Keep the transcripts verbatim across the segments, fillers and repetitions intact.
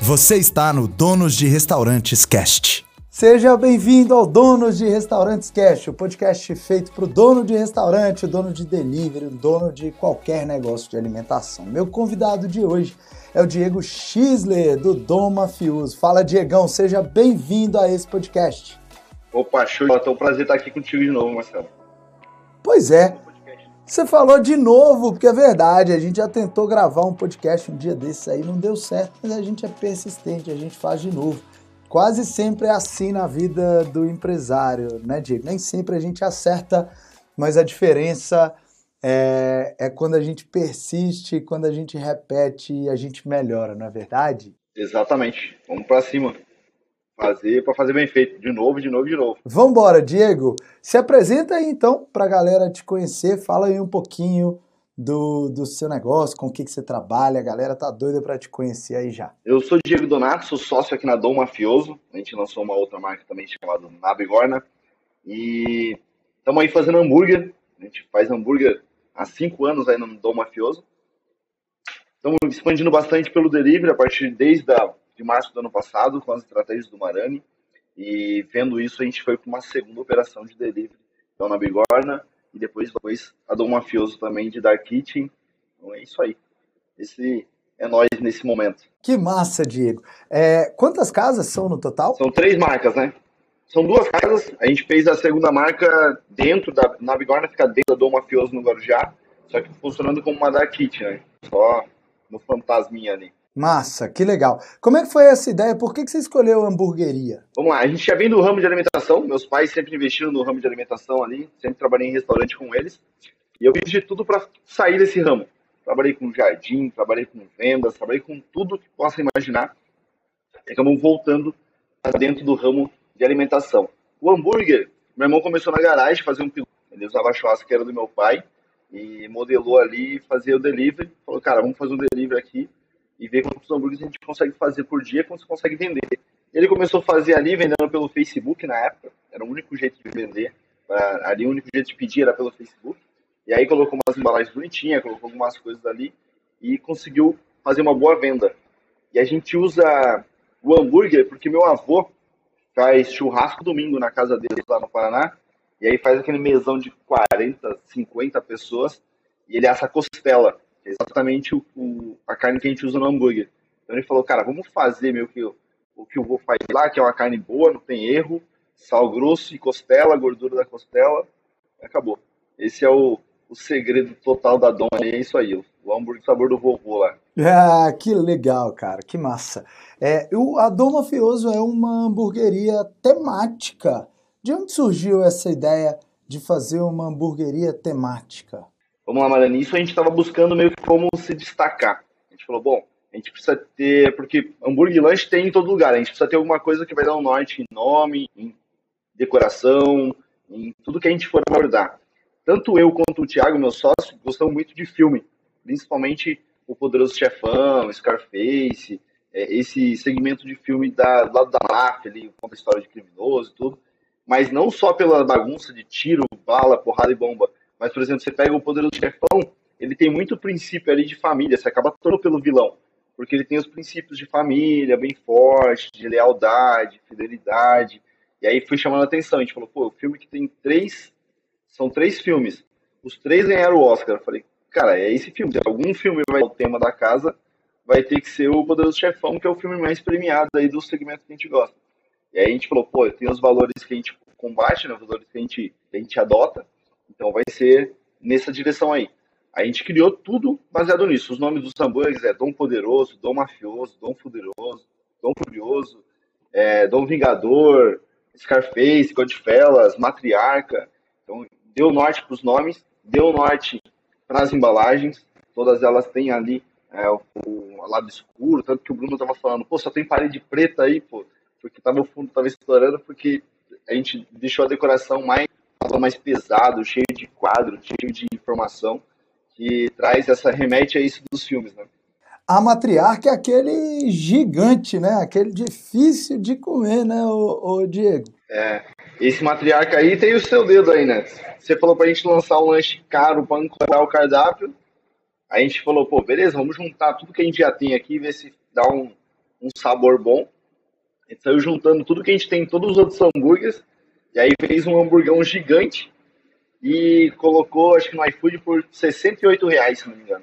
Você está no Donos de Restaurantes Cast. Seja bem-vindo ao Donos de Restaurantes Cast, o podcast feito para o dono de restaurante, o dono de delivery, o dono de qualquer negócio de alimentação. Meu convidado de hoje é o Diego Schisler, do Dom Mafioso. Fala, Diegão, seja bem-vindo a esse podcast. Opa, show, é um prazer estar aqui contigo de novo, Marcelo. Pois é, você falou de novo, porque é verdade, a gente já tentou gravar um podcast um dia desses aí, não deu certo, mas a gente é persistente, a gente faz de novo. Quase sempre é assim na vida do empresário, né, Diego? Nem sempre a gente acerta, mas a diferença é, é quando a gente persiste, quando a gente repete, a gente melhora, não é verdade? Exatamente. Vamos pra cima. Fazer para fazer bem feito. De novo, de novo, de novo. Vambora, Diego. Se apresenta aí, então, pra galera te conhecer. Fala aí um pouquinho do, do seu negócio, com o que, que você trabalha. A galera tá doida pra te conhecer aí já. Eu sou Diego Donato, sou sócio aqui na Dom Mafioso. A gente lançou uma outra marca também chamada Nabigorna. E estamos aí fazendo hambúrguer. A gente faz hambúrguer há cinco anos aí no Dom Mafioso. Estamos expandindo bastante pelo delivery a partir desde a, de março do ano passado, com as estratégias do Marani. E vendo isso, a gente foi para uma segunda operação de delivery, então na Bigorna, e depois, depois a Dom Mafioso também de Dark Kitchen. Então é isso aí. Esse é nós nesse momento. Que massa, Diego. É, quantas casas são no total? São três marcas, né? São duas casas. A gente fez a segunda marca dentro da... Na Bigorna fica dentro da Dom Mafioso no Guarujá, só que funcionando como uma Dark Kitchen, né? Só no fantasminha ali. Massa, que legal. Como é que foi essa ideia? Por que, que você escolheu a hamburgueria? Vamos lá, a gente já vem do ramo de alimentação. Meus pais sempre investiram no ramo de alimentação ali. Sempre trabalhei em restaurante com eles. E eu fiz de tudo para sair desse ramo. Trabalhei com jardim, trabalhei com vendas, trabalhei com tudo que possa imaginar. E acabamos voltando para dentro do ramo de alimentação. O hambúrguer, meu irmão começou na garagem, fazer um piloto. Ele usava a churrasqueira do meu pai e modelou ali, fazia o delivery. Falou, cara, vamos fazer um delivery aqui e ver quantos hambúrgueres a gente consegue fazer por dia, quantos consegue vender. Ele começou a fazer ali, vendendo pelo Facebook na época. Era o único jeito de vender. Ali o único jeito de pedir era pelo Facebook. E aí colocou umas embalagens bonitinhas, colocou algumas coisas ali e conseguiu fazer uma boa venda. E a gente usa o hambúrguer porque meu avô faz churrasco domingo na casa dele lá no Paraná. E aí faz aquele mesão de quarenta, cinquenta pessoas e ele assa costela, que é exatamente o, o, a carne que a gente usa no hambúrguer. Então ele falou, cara, vamos fazer meio que o, o que o vô faz lá, que é uma carne boa, não tem erro, sal grosso e costela, gordura da costela, acabou. Esse é o, o segredo total da Dom, é isso aí, o, o hambúrguer sabor do vovô lá. Ah, que legal, cara, que massa. É, o, a Dom Mafioso é uma hamburgueria temática. De onde surgiu essa ideia de fazer uma hamburgueria temática? Vamos lá, Marani. Isso a gente estava buscando meio que como se destacar. A gente falou, bom, a gente precisa ter... Porque hambúrguer e lanche tem em todo lugar. A gente precisa ter alguma coisa que vai dar um norte em nome, em decoração, em tudo que a gente for abordar. Tanto eu quanto o Thiago, meu sócio, gostamos muito de filme. Principalmente O Poderoso Chefão, Scarface, é, esse segmento de filme da, do lado da máfia, ali, conta a história de criminoso e tudo. Mas não só pela bagunça de tiro, bala, porrada e bomba. Mas, por exemplo, você pega o Poderoso Chefão, ele tem muito princípio ali de família. Você acaba todo pelo vilão. Porque ele tem os princípios de família bem fortes, de lealdade, fidelidade. E aí foi chamando a atenção. A gente falou, pô, o filme que tem três... São três filmes. Os três ganharam o Oscar. Eu falei, cara, é esse filme. Se algum filme vai o tema da casa, vai ter que ser o Poderoso Chefão, que é o filme mais premiado aí do segmento que a gente gosta. E aí a gente falou, pô, tem os valores que a gente combate, né, os valores que a gente, que a gente adota, então vai ser nessa direção aí. A gente criou tudo baseado nisso. Os nomes dos hambúrgueres é Dom Poderoso, Dom Mafioso, Dom Fuderoso, Dom Furioso, é, Dom Vingador, Scarface, Goodfellas, Matriarca. Então deu norte para os nomes, deu norte para as embalagens, todas elas têm ali é, o, o lado escuro, tanto que o Bruno estava falando, pô, só tem parede preta aí, pô, porque tava, o fundo estava estourando, porque a gente deixou a decoração mais, mais pesado, cheio de quadro, cheio de informação, que traz essa, remete a isso dos filmes, né? A matriarca é aquele gigante, né? Aquele difícil de comer, né, o, o Diego? É, esse matriarca aí tem o seu dedo aí, né? Você falou pra gente lançar um lanche caro para ancorar o cardápio, a gente falou, pô, beleza, vamos juntar tudo que a gente já tem aqui e ver se dá um, um sabor bom. A gente saiu juntando tudo que a gente tem em todos os outros hambúrgueres, e aí fez um hamburgão gigante e colocou, acho que no iFood, por sessenta e oito reais, se não me engano.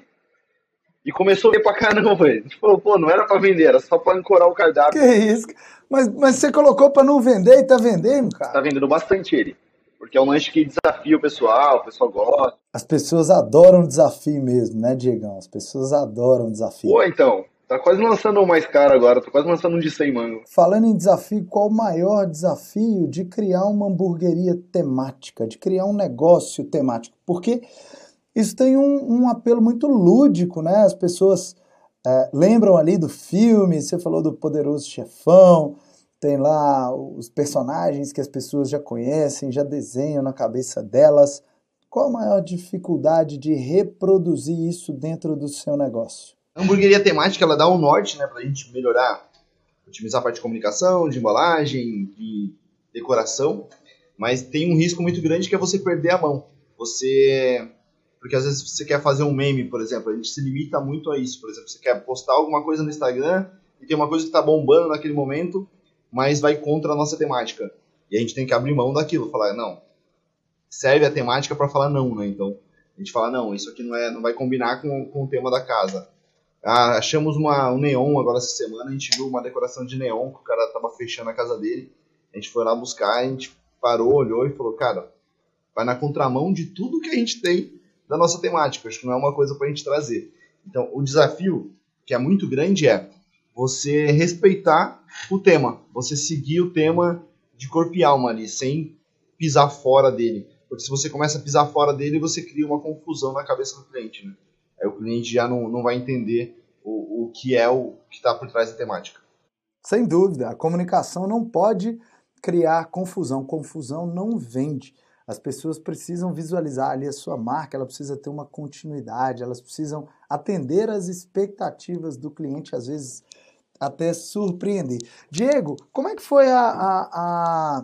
E começou a ver pra caramba. A gente falou, pô, não era pra vender, era só pra ancorar o cardápio. Que isso? Mas, mas você colocou pra não vender e tá vendendo, cara? Tá vendendo bastante ele. Porque é um lanche que desafia o pessoal, o pessoal gosta. As pessoas adoram desafio mesmo, né, Diegão? As pessoas adoram desafio. Pô, então, tá quase lançando um mais caro agora, tô quase lançando um de cem mango. Falando em desafio, qual o maior desafio de criar uma hamburgueria temática, de criar um negócio temático? Porque isso tem um, um apelo muito lúdico, né? As pessoas é, lembram ali do filme, você falou do Poderoso Chefão, tem lá os personagens que as pessoas já conhecem, já desenham na cabeça delas. Qual a maior dificuldade de reproduzir isso dentro do seu negócio? A hamburgueria temática, ela dá um norte, né, pra gente melhorar, otimizar a parte de comunicação, de embalagem, de decoração, mas tem um risco muito grande que é você perder a mão. Você... Porque às vezes você quer fazer um meme, por exemplo, a gente se limita muito a isso. Por exemplo, você quer postar alguma coisa no Instagram e tem uma coisa que está bombando naquele momento, mas vai contra a nossa temática. E a gente tem que abrir mão daquilo, falar, não, serve a temática para falar não, né? Então, a gente fala, não, isso aqui não, é, não vai combinar com, com o tema da casa. Ah, achamos uma, um neon agora essa semana, a gente viu uma decoração de neon que o cara estava fechando a casa dele. A gente foi lá buscar, a gente parou, olhou e falou, cara, vai na contramão de tudo que a gente tem da nossa temática, acho que não é uma coisa para a gente trazer. Então, o desafio, que é muito grande, é você respeitar o tema, você seguir o tema de corpo e alma ali, sem pisar fora dele. Porque se você começa a pisar fora dele, você cria uma confusão na cabeça do cliente, né? Aí o cliente já não, não vai entender o, o que é o que está por trás da temática. Sem dúvida, a comunicação não pode criar confusão, confusão não vende. As pessoas precisam visualizar ali a sua marca, ela precisa ter uma continuidade, elas precisam atender às expectativas do cliente, às vezes até surpreender. Diego, como é que foi a, a, a,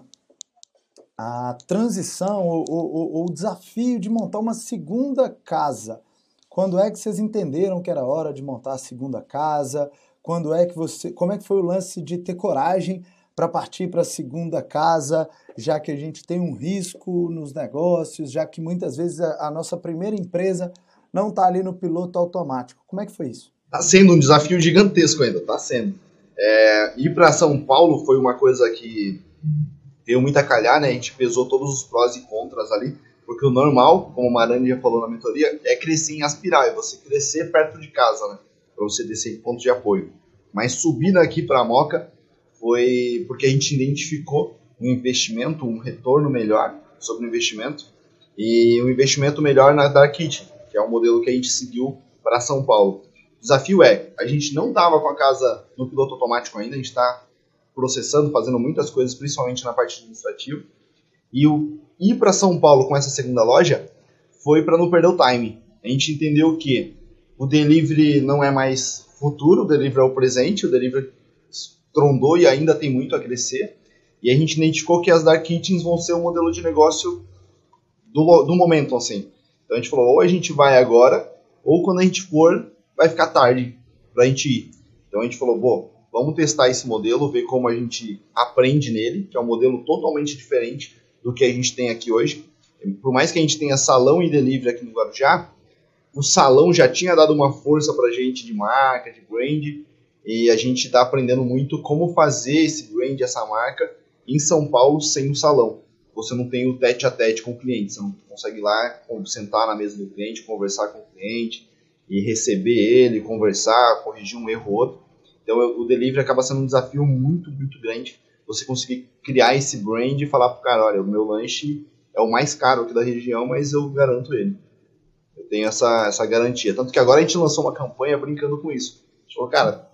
a transição ou, ou, ou o desafio de montar uma segunda casa? Quando é que vocês entenderam que era hora de montar a segunda casa? Quando é que você, como é que foi o lance de ter coragem para partir para a segunda casa, já que a gente tem um risco nos negócios, já que muitas vezes a, a nossa primeira empresa não está ali no piloto automático. Como é que foi isso? Está sendo um desafio gigantesco ainda, está sendo. É, ir para São Paulo foi uma coisa que veio muito a calhar, né? A gente pesou todos os prós e contras ali, porque o normal, como o Marani já falou na mentoria, é crescer em aspirar, é você crescer perto de casa, né? Para você descer em ponto de apoio. Mas subir daqui para a Moca foi porque a gente identificou um investimento, um retorno melhor sobre o investimento, e um investimento melhor na Dark Kitchen, que é o modelo que a gente seguiu para São Paulo. O desafio é, a gente não estava com a casa no piloto automático ainda, a gente está processando, fazendo muitas coisas, principalmente na parte administrativa, e o ir para São Paulo com essa segunda loja foi para não perder o time. A gente entendeu que o delivery não é mais futuro, o delivery é o presente, o delivery trondou e ainda tem muito a crescer, e a gente identificou que as Dark Kitchens vão ser um modelo de negócio do, do momento, assim. Então a gente falou, ou a gente vai agora, ou quando a gente for, vai ficar tarde pra gente ir. Então a gente falou, bom, vamos testar esse modelo, ver como a gente aprende nele, que é um modelo totalmente diferente do que a gente tem aqui hoje. Por mais que a gente tenha salão e delivery aqui no Guarujá, o salão já tinha dado uma força pra gente de marca, de brand, e a gente está aprendendo muito como fazer esse brand, essa marca, em São Paulo sem o salão. Você não tem o tete a tete com o cliente, você não consegue ir lá, sentar na mesa do cliente, conversar com o cliente, e receber ele, conversar, corrigir um erro ou outro. Então o delivery acaba sendo um desafio muito, muito grande, você conseguir criar esse brand e falar para o cara, olha, o meu lanche é o mais caro aqui da região, mas eu garanto ele. Eu tenho essa, essa garantia. Tanto que agora a gente lançou uma campanha brincando com isso. A gente falou, cara,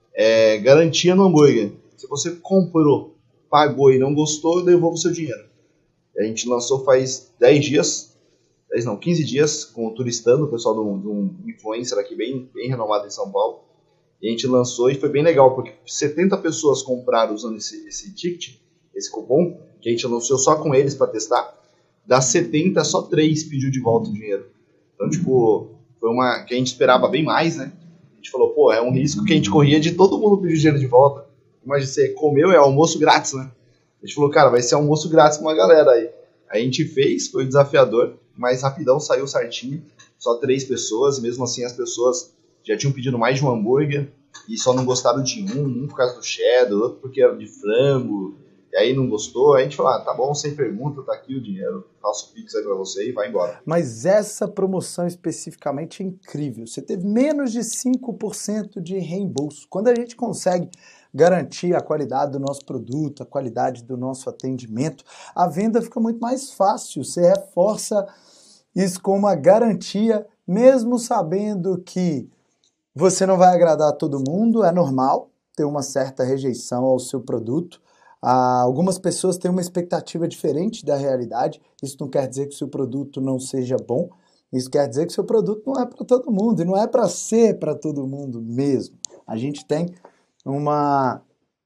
é, garantia no hambúrguer. Se você comprou, pagou e não gostou, eu devolvo o seu dinheiro. A gente lançou faz dez dias, dez não, quinze dias, com o Turistando, o pessoal de um, de um influencer aqui bem, bem renomado em São Paulo. E a gente lançou e foi bem legal, porque setenta pessoas compraram usando esse, esse ticket, esse cupom, que a gente lançou só com eles para testar. Das setenta, só três pediu de volta o dinheiro. Então, tipo, foi uma que a gente esperava bem mais, né? gente falou, pô, é um risco que a gente corria de todo mundo pedir dinheiro de volta. Imagina, você comeu, é almoço grátis, né? A gente falou, cara, vai ser almoço grátis pra uma galera aí. Aí a gente fez, foi desafiador, mas rapidão saiu certinho. Só três pessoas, e mesmo assim as pessoas já tinham pedido mais de um hambúrguer e só não gostaram de um, um por causa do cheddar, outro porque era de frango, e aí não gostou. Aí a gente falou, ah, tá bom, sem pergunta, tá aqui o dinheiro, faço o pix aí pra você e vai embora. Mas essa promoção especificamente é incrível. Você teve menos de cinco por cento de reembolso. Quando a gente consegue garantir a qualidade do nosso produto, a qualidade do nosso atendimento, a venda fica muito mais fácil. Você reforça isso com uma garantia, mesmo sabendo que você não vai agradar a todo mundo, é normal ter uma certa rejeição ao seu produto. Ah, algumas pessoas têm uma expectativa diferente da realidade, isso não quer dizer que o seu produto não seja bom, isso quer dizer que o seu produto não é para todo mundo, e não é para ser para todo mundo mesmo. A gente tem uma...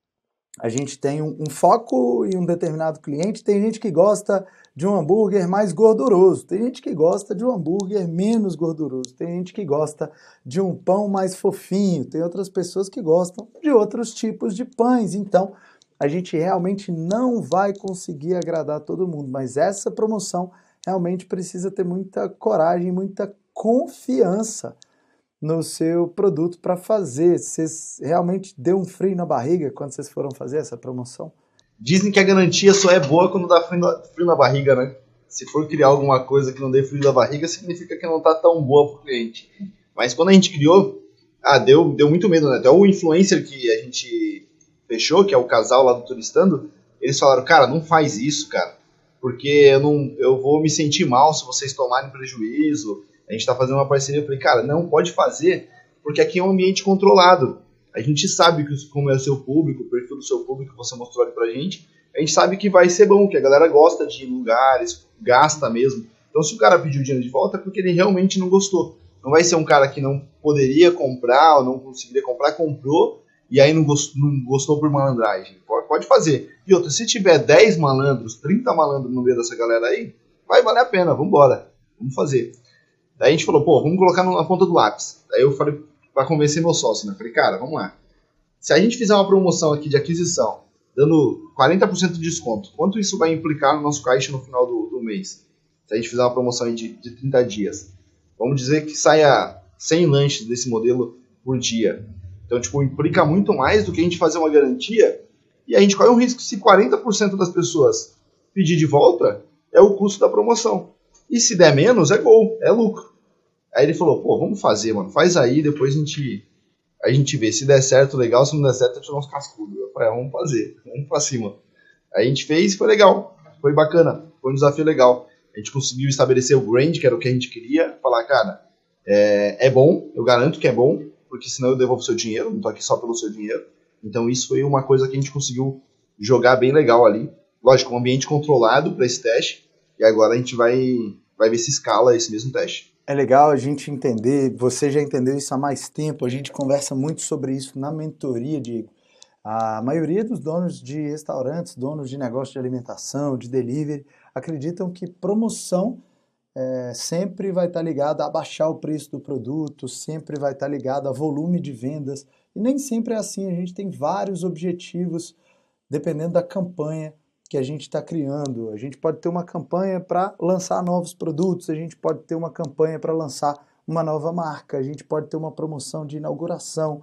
A gente tem um, um foco em um determinado cliente, tem gente que gosta de um hambúrguer mais gorduroso, tem gente que gosta de um hambúrguer menos gorduroso, tem gente que gosta de um pão mais fofinho, tem outras pessoas que gostam de outros tipos de pães. Então, a gente realmente não vai conseguir agradar todo mundo, mas essa promoção realmente precisa ter muita coragem, muita confiança no seu produto para fazer. Vocês realmente deu um frio na barriga quando vocês foram fazer essa promoção? Dizem que a garantia só é boa quando dá frio na, frio na barriga, né? Se for criar alguma coisa que não dê frio na barriga, significa que não tá tão boa pro cliente. Mas quando a gente criou, ah, deu, deu muito medo, né? Até o influencer que a gente fechou, que é o casal lá do Turistando, eles falaram, cara, não faz isso, cara, porque eu, não, eu vou me sentir mal se vocês tomarem prejuízo, a gente tá fazendo uma parceria. Eu falei, cara, não pode fazer, porque aqui é um ambiente controlado. A gente sabe que, como é o seu público, o perfil do seu público que você mostrou ali pra gente, a gente sabe que vai ser bom, que a galera gosta de ir em lugares, gasta mesmo. Então se o cara pediu dinheiro de volta é porque ele realmente não gostou. Não vai ser um cara que não poderia comprar ou não conseguiria comprar, comprou e aí não gostou, não gostou por malandragem. Pode, pode fazer. E outra, se tiver dez malandros, trinta malandros no meio dessa galera aí, vai valer a pena, vamos embora, vamos fazer. Daí a gente falou, pô, vamos colocar na ponta do lápis. Daí eu falei, pra convencer meu sócio, né? Falei, cara, vamos lá. Se a gente fizer uma promoção aqui de aquisição, dando quarenta por cento de desconto, quanto isso vai implicar no nosso caixa no final do, do mês? Se a gente fizer uma promoção aí de, de trinta dias. Vamos dizer que saia cem lanches desse modelo por dia. Então, tipo, implica muito mais do que a gente fazer uma garantia. E a gente corre um risco. Se quarenta por cento das pessoas pedir de volta, é o custo da promoção. E se der menos, é gol, é lucro. Aí ele falou, pô, vamos fazer, mano. Faz aí, depois a gente, a gente vê. Se der certo, legal. Se não der certo, eu te dou uns cascudos. Eu falei, vamos fazer, vamos pra cima. Aí a gente fez e foi legal. Foi bacana, foi um desafio legal. A gente conseguiu estabelecer o brand, que era o que a gente queria. Falar, cara, é, é bom, eu garanto que é bom, porque senão eu devolvo seu dinheiro, não tô aqui só pelo seu dinheiro. Então isso foi uma coisa que a gente conseguiu jogar bem legal ali. Lógico, um ambiente controlado para esse teste. E agora a gente vai, vai ver se escala esse mesmo teste. É legal a gente entender, você já entendeu isso há mais tempo, a gente conversa muito sobre isso na mentoria, Diego. A maioria dos donos de restaurantes, donos de negócio de alimentação, de delivery, acreditam que promoção é, sempre vai estar ligada a baixar o preço do produto, sempre vai estar ligada a volume de vendas. E nem sempre é assim, a gente tem vários objetivos dependendo da campanha que a gente está criando. A gente pode ter uma campanha para lançar novos produtos, a gente pode ter uma campanha para lançar uma nova marca, a gente pode ter uma promoção de inauguração,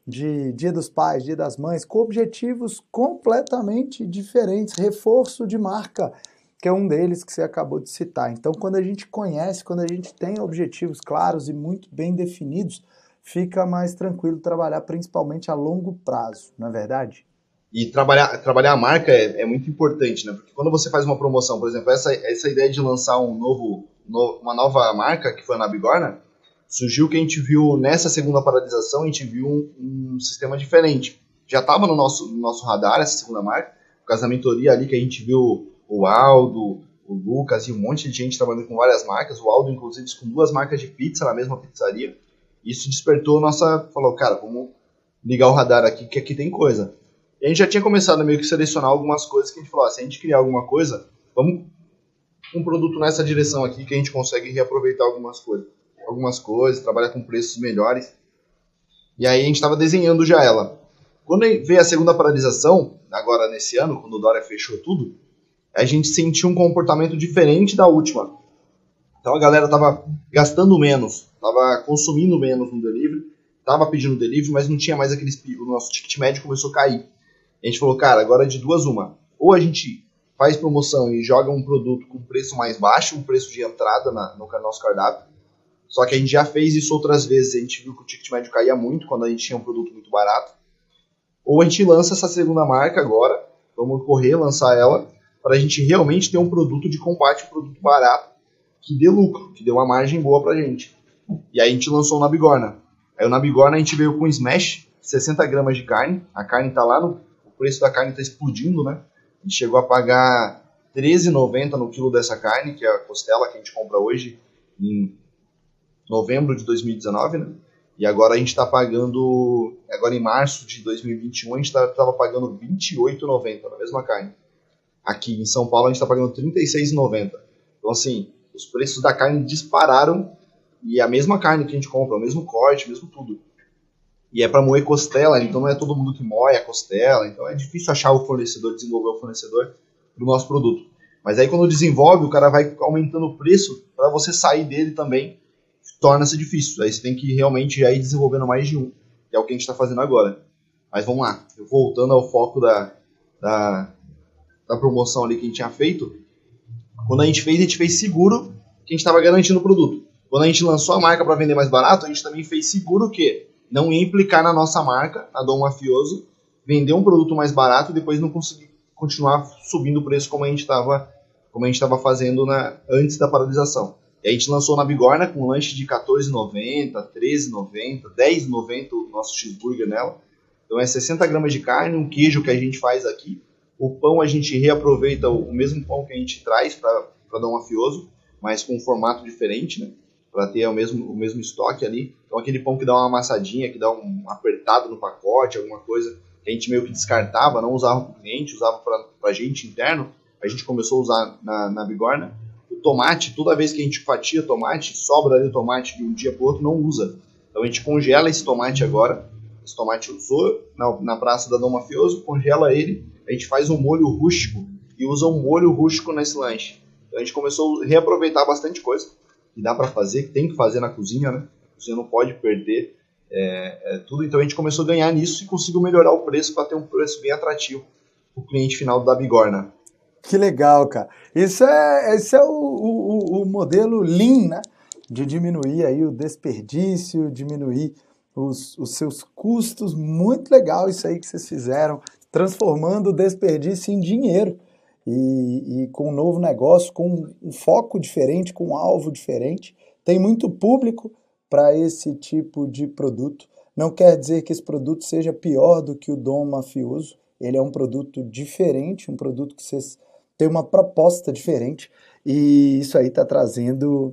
de Dia dos Pais, Dia das Mães, com objetivos completamente diferentes, reforço de marca, que é um deles que você acabou de citar. Então, quando a gente conhece, quando a gente tem objetivos claros e muito bem definidos, fica mais tranquilo trabalhar, principalmente a longo prazo, não é verdade? E trabalhar, trabalhar a marca é, é muito importante, né? Porque quando você faz uma promoção, por exemplo, essa, essa ideia de lançar um novo, no, uma nova marca, que foi a Nabigorna, surgiu que a gente viu nessa segunda paralisação, a gente viu um, um sistema diferente. Já estava no nosso, no nosso radar essa segunda marca, por causa da mentoria ali que a gente viu o Aldo, o Lucas e um monte de gente trabalhando com várias marcas, o Aldo inclusive com duas marcas de pizza na mesma pizzaria. Isso despertou nossa, falou, cara, vamos ligar o radar aqui, que aqui tem coisa. E a gente já tinha começado a meio que selecionar algumas coisas que a gente falou, ah, se a gente criar alguma coisa, vamos um produto nessa direção aqui que a gente consegue reaproveitar algumas coisas. Algumas coisas, trabalhar com preços melhores. E aí a gente estava desenhando já ela. Quando veio a segunda paralisação, agora nesse ano, quando o Dória fechou tudo, a gente sentiu um comportamento diferente da última. Então a galera estava gastando menos, estava consumindo menos no delivery, estava pedindo delivery, mas não tinha mais aqueles... O nosso ticket médio começou a cair. A gente falou, cara, agora de duas uma. Ou a gente faz promoção e joga um produto com preço mais baixo, um preço de entrada na, no nosso cardápio. Só que a gente já fez isso outras vezes, a gente viu que o ticket médio caía muito quando a gente tinha um produto muito barato. Ou a gente lança essa segunda marca agora, vamos correr, lançar ela, para a gente realmente ter um produto de combate, um produto barato, que dê lucro, que dê uma margem boa pra gente. E aí a gente lançou o Na Bigorna. Aí o Na Bigorna a gente veio com smash, sessenta gramas de carne, a carne tá lá, no, o preço da carne tá explodindo, né? A gente chegou a pagar treze reais e noventa centavos no quilo dessa carne, que é a costela que a gente compra hoje em novembro de dois mil e dezenove, né? E agora a gente está pagando, agora em março de dois mil e vinte e um, a gente estava pagando vinte e oito reais e noventa centavos na mesma carne. Aqui em São Paulo a gente está pagando trinta e seis reais e noventa centavos. Então assim, os preços da carne dispararam e a mesma carne que a gente compra, o mesmo corte, o mesmo tudo. E é para moer costela, então não é todo mundo que moe a costela, então é difícil achar o fornecedor, desenvolver o fornecedor do nosso produto. Mas aí quando desenvolve, o cara vai aumentando o preço, para você sair dele também torna-se difícil. Aí você tem que realmente já ir desenvolvendo mais de um, que é o que a gente está fazendo agora. Mas vamos lá, voltando ao foco da, da, da promoção ali que a gente tinha feito, quando a gente fez, a gente fez seguro que a gente estava garantindo o produto. Quando a gente lançou a marca para vender mais barato, a gente também fez seguro que não ia implicar na nossa marca, a Dom Mafioso, vender um produto mais barato e depois não conseguir continuar subindo o preço como a gente estava como a gente estava fazendo na, antes da paralisação. E a gente lançou na Bigorna com um lanche de quatorze reais e noventa centavos, treze reais e noventa centavos, dez reais e noventa centavos o nosso cheeseburger nela. Então é sessenta gramas de carne, um queijo que a gente faz aqui. O pão a gente reaproveita o mesmo pão que a gente traz para Dom Mafioso, mas com um formato diferente, né? Para ter o mesmo, o mesmo estoque ali. Então aquele pão que dá uma amassadinha, que dá um apertado no pacote, alguma coisa que a gente meio que descartava, não usava para o cliente, usava para a gente interno, a gente começou a usar na, na Bigorna. O tomate, toda vez que a gente fatia tomate, sobra ali o tomate de um dia para o outro, não usa. Então a gente congela esse tomate agora, esse tomate usou na, na praça da Dom Mafioso, congela ele, a gente faz um molho rústico e usa um molho rústico nesse lanche. Então a gente começou a reaproveitar bastante coisa que dá para fazer, que tem que fazer na cozinha, né? A cozinha não pode perder é, é, tudo, então a gente começou a ganhar nisso e conseguiu melhorar o preço para ter um preço bem atrativo para o cliente final da Bigorna. Que legal, cara. Isso é, esse é o, o, o modelo Lean, né? De diminuir aí o desperdício, diminuir os, os seus custos. Muito legal isso aí que vocês fizeram, transformando o desperdício em dinheiro. E, e com um novo negócio, com um foco diferente, com um alvo diferente. Tem muito público para esse tipo de produto. Não quer dizer que esse produto seja pior do que o Dom Mafioso. Ele é um produto diferente, um produto que vocês têm uma proposta diferente. E isso aí está trazendo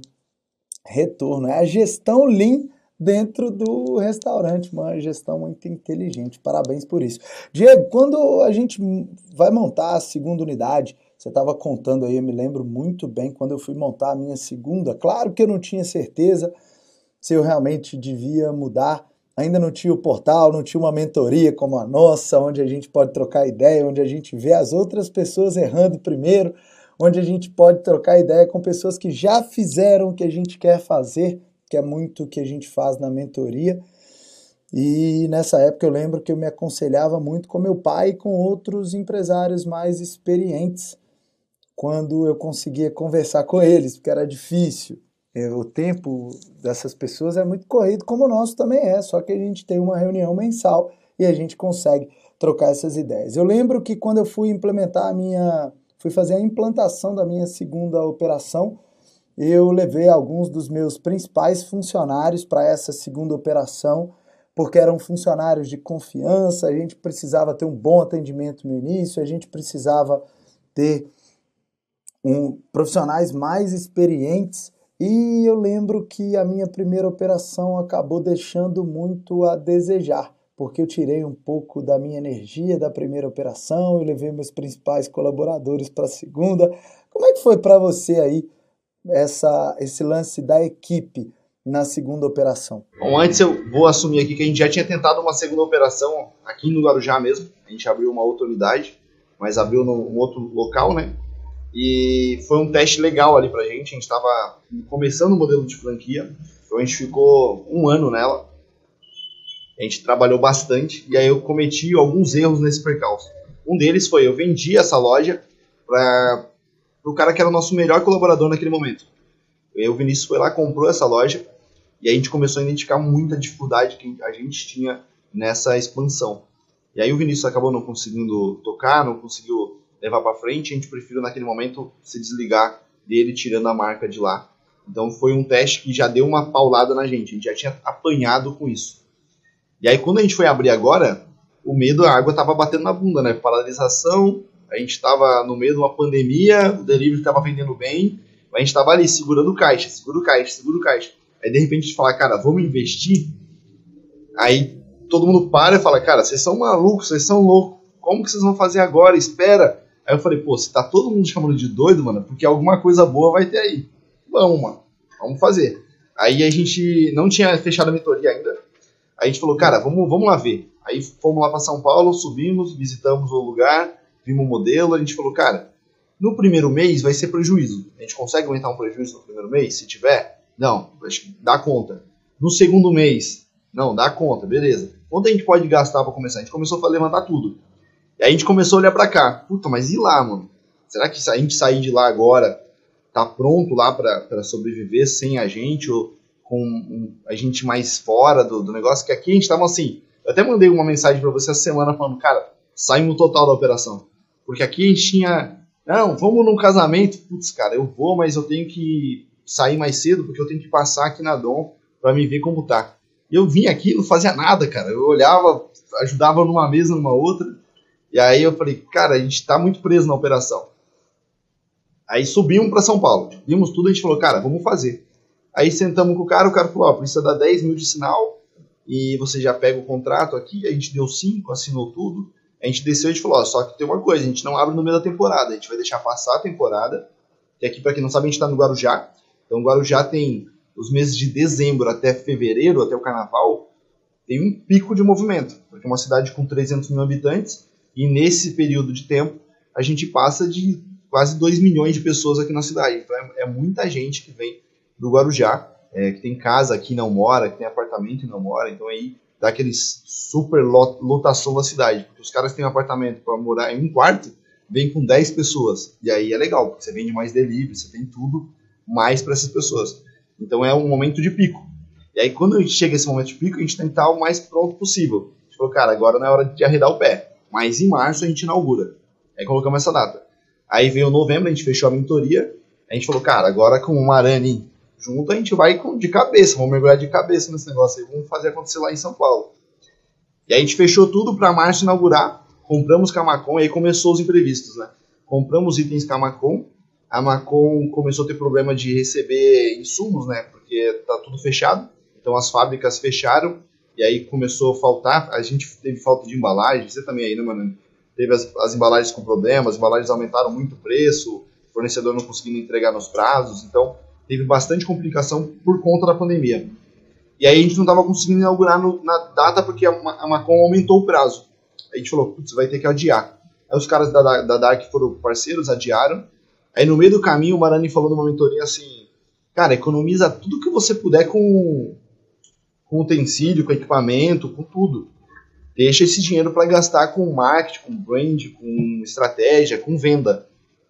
retorno. É a gestão Lean dentro do restaurante, uma gestão muito inteligente. Parabéns por isso. Diego, quando a gente vai montar a segunda unidade, você estava contando aí, eu me lembro muito bem quando eu fui montar a minha segunda. Claro que eu não tinha certeza se eu realmente devia mudar. Ainda não tinha o portal, não tinha uma mentoria como a nossa, onde a gente pode trocar ideia, onde a gente vê as outras pessoas errando primeiro, onde a gente pode trocar ideia com pessoas que já fizeram o que a gente quer fazer, que é muito o que a gente faz na mentoria. E nessa época eu lembro que eu me aconselhava muito com meu pai e com outros empresários mais experientes, quando eu conseguia conversar com eles, porque era difícil. O tempo dessas pessoas é muito corrido, como o nosso também é, só que a gente tem uma reunião mensal e a gente consegue trocar essas ideias. Eu lembro que quando eu fui implementar a minha, fui fazer a implantação da minha segunda operação, eu levei alguns dos meus principais funcionários para essa segunda operação, porque eram funcionários de confiança, a gente precisava ter um bom atendimento no início, a gente precisava ter um, profissionais mais experientes. E eu lembro que a minha primeira operação acabou deixando muito a desejar, porque eu tirei um pouco da minha energia da primeira operação, eu levei meus principais colaboradores para a segunda. Como é que foi para você aí essa, esse lance da equipe? na segunda operação? Bom, antes eu vou assumir aqui que a gente já tinha tentado uma segunda operação aqui no Guarujá mesmo. A gente abriu uma outra unidade, mas abriu num outro local, né? E foi um teste legal ali pra gente. A gente estava começando o modelo de franquia, então a gente ficou um ano nela. A gente trabalhou bastante e aí eu cometi alguns erros nesse percalço. Um deles foi, eu vendi essa loja para o cara que era o nosso melhor colaborador naquele momento. Eu, o Vinícius, foi lá, comprou essa loja e a gente começou a identificar muita dificuldade que a gente tinha nessa expansão. E aí o Vinícius acabou não conseguindo tocar, não conseguiu levar para frente, a gente preferiu naquele momento se desligar dele, tirando a marca de lá. Então foi um teste que já deu uma paulada na gente, a gente já tinha apanhado com isso. E aí quando a gente foi abrir agora, o medo, a água estava batendo na bunda, né? Paralisação, a gente estava no meio de uma pandemia, o delivery estava vendendo bem, a gente estava ali segurando o caixa, segura o caixa, segura o caixa. Aí de repente a gente fala, cara, vamos investir? Aí todo mundo para e fala, cara, vocês são malucos, vocês são loucos, como que vocês vão fazer agora? Espera. Aí eu falei, pô, se tá todo mundo chamando de doido, mano, porque alguma coisa boa vai ter aí. Vamos, mano, vamos fazer. Aí a gente não tinha fechado a mentoria ainda. Aí a gente falou, cara, vamos, vamos lá ver. Aí fomos lá para São Paulo, subimos, visitamos o lugar, vimos o modelo, a gente falou, cara, no primeiro mês vai ser prejuízo. A gente consegue aumentar um prejuízo no primeiro mês? Se tiver, não, acho que dá conta. No segundo mês, não, dá conta, beleza. Quanto a gente pode gastar para começar? A gente começou a levantar tudo. E aí a gente começou a olhar para cá. Puta, mas e lá, mano? Será que se a gente sair de lá agora, tá pronto lá para sobreviver sem a gente, ou com um, a gente mais fora do, do negócio? Que aqui a gente tava assim, eu até mandei uma mensagem para você essa semana falando, cara, saímos total da operação. Porque aqui a gente tinha, não, vamos num casamento, putz, cara, eu vou, mas eu tenho que sair mais cedo, porque eu tenho que passar aqui na Dom para me ver como tá. E eu vim aqui, não fazia nada, cara, eu olhava, ajudava numa mesa, numa outra, e aí eu falei, cara, a gente tá muito preso na operação. Aí subimos para São Paulo, vimos tudo, a gente falou, cara, vamos fazer. Aí sentamos com o cara, o cara falou, ó, precisa dar dez mil de sinal, e você já pega o contrato aqui, a gente deu cinco, assinou tudo, a gente desceu e a gente falou, ó, só que tem uma coisa, a gente não abre no meio da temporada, a gente vai deixar passar a temporada, que aqui, pra quem não sabe, a gente tá no Guarujá, então o Guarujá tem os meses de dezembro até fevereiro, até o carnaval, tem um pico de movimento, porque é uma cidade com trezentos mil habitantes, e nesse período de tempo, a gente passa de quase dois milhões de pessoas aqui na cidade, então é, é muita gente que vem do Guarujá, é, que tem casa aqui e não mora, que tem apartamento e não mora, então aí dá aquele super lot, lotação da cidade, porque os caras têm um apartamento para morar em um quarto, vem com dez pessoas, e aí é legal, porque você vende mais delivery, você tem tudo mais para essas pessoas, então é um momento de pico, e aí quando a gente chega esse momento de pico, a gente tem que estar o mais pronto possível, a gente falou, cara, agora não é hora de arredar o pé, mas em março a gente inaugura, aí colocamos essa data, aí veio novembro, a gente fechou a mentoria, a gente falou, cara, agora com o Marani junto, a gente vai de cabeça, vamos mergulhar de cabeça nesse negócio aí, vamos fazer acontecer lá em São Paulo. E aí a gente fechou tudo para março inaugurar, compramos Camacon, e aí começou os imprevistos, né? Compramos itens Camacon, a Macon começou a ter problema de receber insumos, né? Porque tá tudo fechado, então as fábricas fecharam, e aí começou a faltar, a gente teve falta de embalagem, você também aí, né, mano? Teve as, as embalagens com problemas, as embalagens aumentaram muito o preço, o fornecedor não conseguindo entregar nos prazos, então teve bastante complicação por conta da pandemia. E aí a gente não estava conseguindo inaugurar no, na data porque a, a Macon aumentou o prazo. Aí a gente falou, putz, vai ter que adiar. Aí os caras da, da Dark foram parceiros, adiaram. Aí no meio do caminho o Marani falou numa mentoria assim, cara, economiza tudo que você puder com, com utensílio, com equipamento, com tudo. Deixa esse dinheiro para gastar com marketing, com brand, com estratégia, com venda.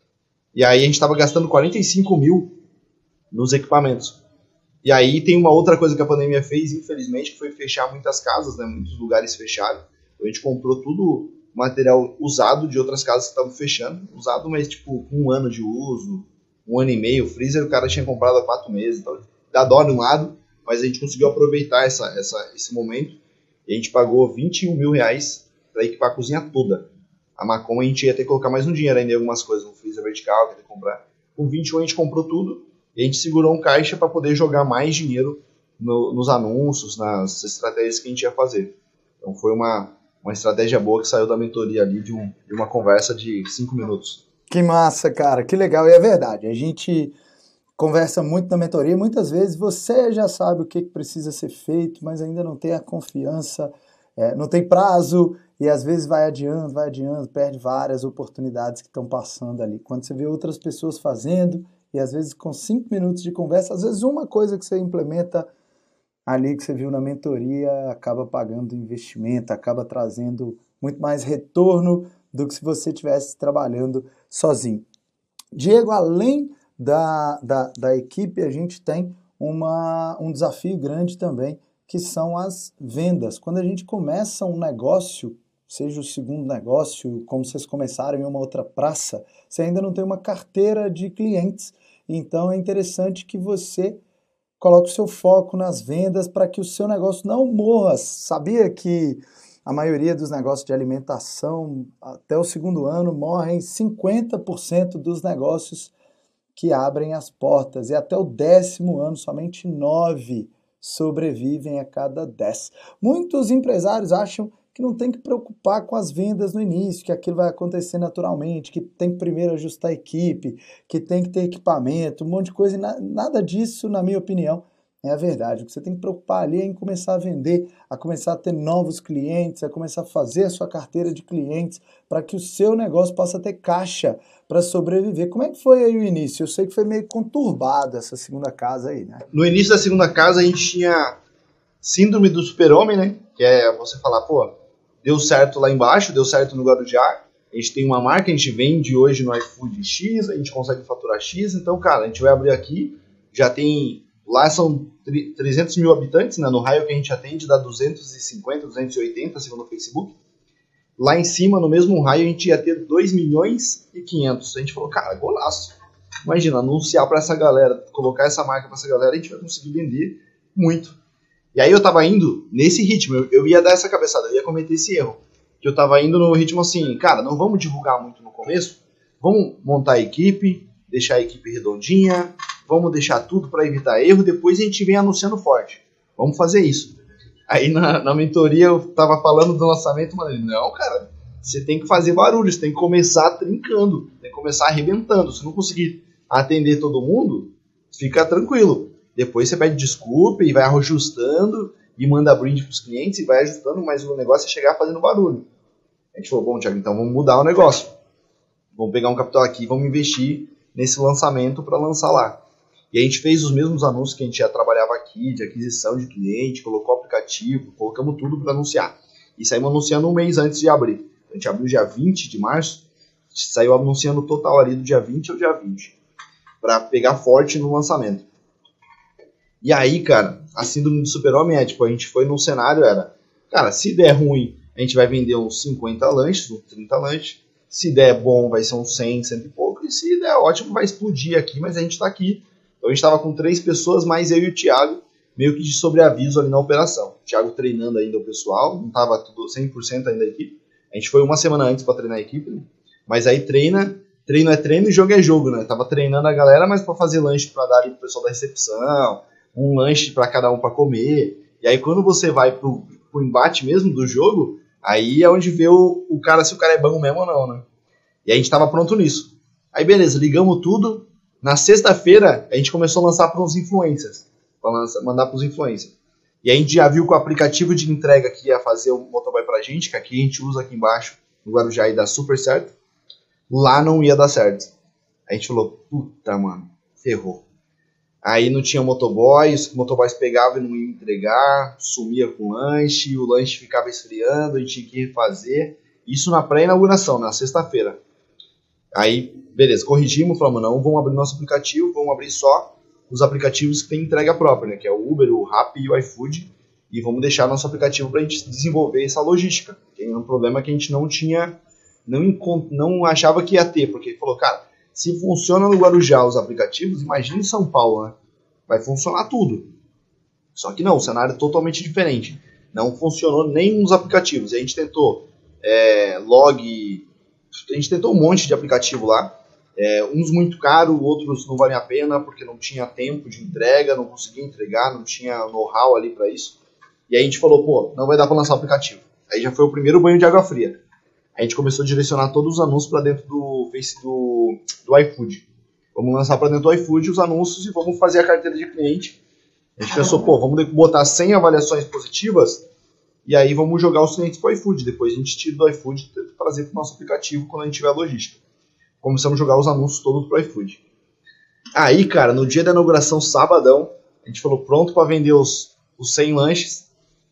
E aí a gente estava gastando quarenta e cinco mil nos equipamentos. E aí tem uma outra coisa que a pandemia fez, infelizmente, que foi fechar muitas casas, né? Muitos lugares fecharam. Então a gente comprou tudo material usado de outras casas que estavam fechando. Usado, mas tipo, com um ano de uso, um ano e meio. O freezer o cara tinha comprado há quatro meses. Então dá dó de um lado, mas a gente conseguiu aproveitar essa, essa, esse momento. E a gente pagou vinte e um mil reais para equipar a cozinha toda. A Macon a gente ia ter que colocar mais um dinheiro ainda em algumas coisas, um freezer vertical, que ia ter que comprar. Com vinte e um a gente comprou tudo. E a gente segurou um caixa para poder jogar mais dinheiro no, nos anúncios, nas estratégias que a gente ia fazer. Então foi uma, uma estratégia boa que saiu da mentoria ali de, um, de uma conversa de cinco minutos. Que massa, cara, que legal. E é verdade, a gente conversa muito na mentoria, muitas vezes você já sabe o que precisa ser feito, mas ainda não tem a confiança, é, não tem prazo, e às vezes vai adiando, vai adiando, perde várias oportunidades que estão passando ali. Quando você vê outras pessoas fazendo, e às vezes com cinco minutos de conversa, às vezes uma coisa que você implementa ali que você viu na mentoria acaba pagando investimento, acaba trazendo muito mais retorno do que se você estivesse trabalhando sozinho. Diego, além da, da, da equipe, a gente tem uma, um desafio grande também, que são as vendas. Quando a gente começa um negócio, seja o segundo negócio, como vocês começaram em uma outra praça, você ainda não tem uma carteira de clientes. Então é interessante que você coloque o seu foco nas vendas para que o seu negócio não morra. Sabia que a maioria dos negócios de alimentação, até o segundo ano, morrem cinquenta por cento dos negócios que abrem as portas. E até o décimo ano, somente nove sobrevivem a cada dez. Muitos empresários acham que não tem que preocupar com as vendas no início, que aquilo vai acontecer naturalmente, que tem que primeiro ajustar a equipe, que tem que ter equipamento, um monte de coisa. E na, nada disso, na minha opinião, é a verdade. O que você tem que preocupar ali é em começar a vender, a começar a ter novos clientes, a começar a fazer a sua carteira de clientes para que o seu negócio possa ter caixa para sobreviver. Como é que foi aí o início? Eu sei que foi meio conturbado essa segunda casa aí, né? No início da segunda casa a gente tinha síndrome do super-homem, né? Que é você falar, pô, deu certo lá embaixo, deu certo no Guarujá, a gente tem uma marca, a gente vende hoje no iFood X, a gente consegue faturar X, então, cara, a gente vai abrir aqui, já tem, lá são trezentos mil habitantes, né? No raio que a gente atende dá duzentos e cinquenta, duzentos e oitenta, segundo o Facebook. Lá em cima, no mesmo raio, a gente ia ter dois milhões e quinhentos. A gente falou, cara, golaço. Imagina, anunciar para essa galera, colocar essa marca para essa galera, a gente vai conseguir vender muito. E aí eu tava indo nesse ritmo, eu, eu ia dar essa cabeçada, eu ia cometer esse erro. Que eu tava indo no ritmo assim, cara, não vamos divulgar muito no começo, vamos montar a equipe, deixar a equipe redondinha, vamos deixar tudo para evitar erro, depois a gente vem anunciando forte. Vamos fazer isso. Aí na, na mentoria eu tava falando do lançamento, mano, não, cara, você tem que fazer barulho, você tem que começar trincando, tem que começar arrebentando. Se não conseguir atender todo mundo, fica tranquilo. Depois você pede desculpa e vai ajustando e manda brinde pros clientes e vai ajustando, mas o negócio é chegar fazendo barulho. A gente falou, bom, Thiago, então vamos mudar o negócio. Vamos pegar um capital aqui e vamos investir nesse lançamento para lançar lá. E a gente fez os mesmos anúncios que a gente já trabalhava aqui, de aquisição de cliente, colocou o aplicativo, colocamos tudo para anunciar. E saímos anunciando um mês antes de abrir. A gente abriu dia vinte de março, saiu anunciando o total ali do dia vinte ao dia vinte, para pegar forte no lançamento. E aí, cara, a síndrome do super-homem é, tipo, a gente foi num cenário, era, cara, se der ruim, a gente vai vender uns cinquenta lanches, uns trinta lanches. Se der bom, vai ser uns cem, cento e pouco. E se der ótimo, vai explodir aqui, mas a gente tá aqui. Então a gente tava com três pessoas, mais eu e o Thiago, meio que de sobreaviso ali na operação. O Thiago treinando ainda o pessoal, não tava tudo cem por cento ainda a equipe. A gente foi uma semana antes para treinar a equipe, né? Mas aí treina, treino é treino e jogo é jogo, né? Tava treinando a galera, mas para fazer lanche para dar ali pro pessoal da recepção, um lanche para cada um para comer. E aí quando você vai pro, pro embate mesmo do jogo, aí é onde vê o, o cara, se o cara é bom mesmo ou não, né? E a gente tava pronto nisso. Aí beleza, ligamos tudo. Na sexta-feira a gente começou a lançar para uns influencers, para mandar para os influencers. E a gente já viu que o aplicativo de entrega que ia fazer o motoboy pra gente, que aqui a gente usa aqui embaixo no Guarujá e dá super certo, lá não ia dar certo. A gente falou, puta, mano, ferrou. Aí não tinha motoboy, os motoboys pegavam e não iam entregar, sumia com o lanche, o lanche ficava esfriando, a gente tinha que refazer. Isso na pré-inauguração, na sexta-feira. Aí, beleza, corrigimos, falamos, não, vamos abrir nosso aplicativo, vamos abrir só os aplicativos que tem entrega própria, né, que é o Uber, o Rappi e o iFood, e vamos deixar nosso aplicativo para a gente desenvolver essa logística. Tem um problema que a gente não tinha, não, não achava que ia ter, porque falou, cara, se funciona no Guarujá os aplicativos, imagina em São Paulo, né? Vai funcionar tudo. Só que não, o cenário é totalmente diferente. Não funcionou nem nos aplicativos. A gente tentou é, log, a gente tentou um monte de aplicativo lá. É, uns muito caros, outros não valem a pena porque não tinha tempo de entrega, não conseguia entregar, não tinha know-how ali para isso. E aí a gente falou, pô, não vai dar para lançar o aplicativo. Aí já foi o primeiro banho de água fria. A gente começou a direcionar todos os anúncios para dentro do Face do, do iFood. Vamos lançar para dentro do iFood os anúncios e vamos fazer a carteira de cliente. A gente pensou, pô, vamos botar cem avaliações positivas e aí vamos jogar os clientes para o iFood. Depois a gente tira do iFood e trazer para o nosso aplicativo quando a gente tiver a logística. Começamos a jogar os anúncios todos para o iFood. Aí, cara, no dia da inauguração, sabadão, a gente falou pronto para vender os, os cem lanches.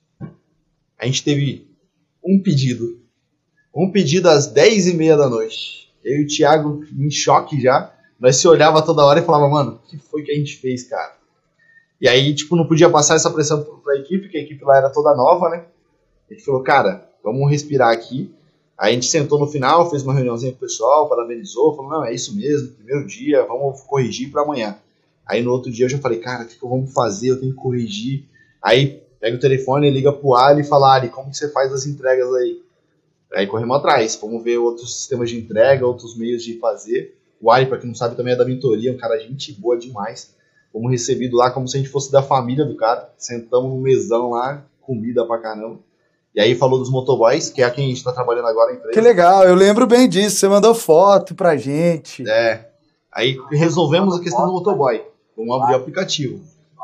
A gente teve um pedido. Um pedido às dez e meia da noite. Eu e o Thiago em choque já. Nós se olhava toda hora e falava, mano, o que foi que a gente fez, cara? E aí, tipo, não podia passar essa pressão pra equipe, porque a equipe lá era toda nova, né? A gente falou, cara, vamos respirar aqui. Aí a gente sentou no final, fez uma reuniãozinha com o pessoal, parabenizou, falou, não, é isso mesmo, primeiro dia, vamos corrigir pra amanhã. Aí no outro dia eu já falei, cara, o que, que vamos fazer? Eu tenho que corrigir. Aí pega o telefone, liga pro Ali e fala, Ali, como que você faz as entregas aí? Aí corremos atrás, vamos ver outros sistemas de entrega, outros meios de fazer. O Ali, pra quem não sabe, também é da mentoria, um cara gente boa demais. Fomos recebidos lá como se a gente fosse da família do cara. Sentamos no mesão lá, comida pra caramba. E aí falou dos motoboys, que é a quem a gente tá trabalhando agora na empresa. Que legal, eu lembro bem disso, você mandou foto pra gente. É, aí resolvemos a questão do motoboy. Vamos abrir o aplicativo.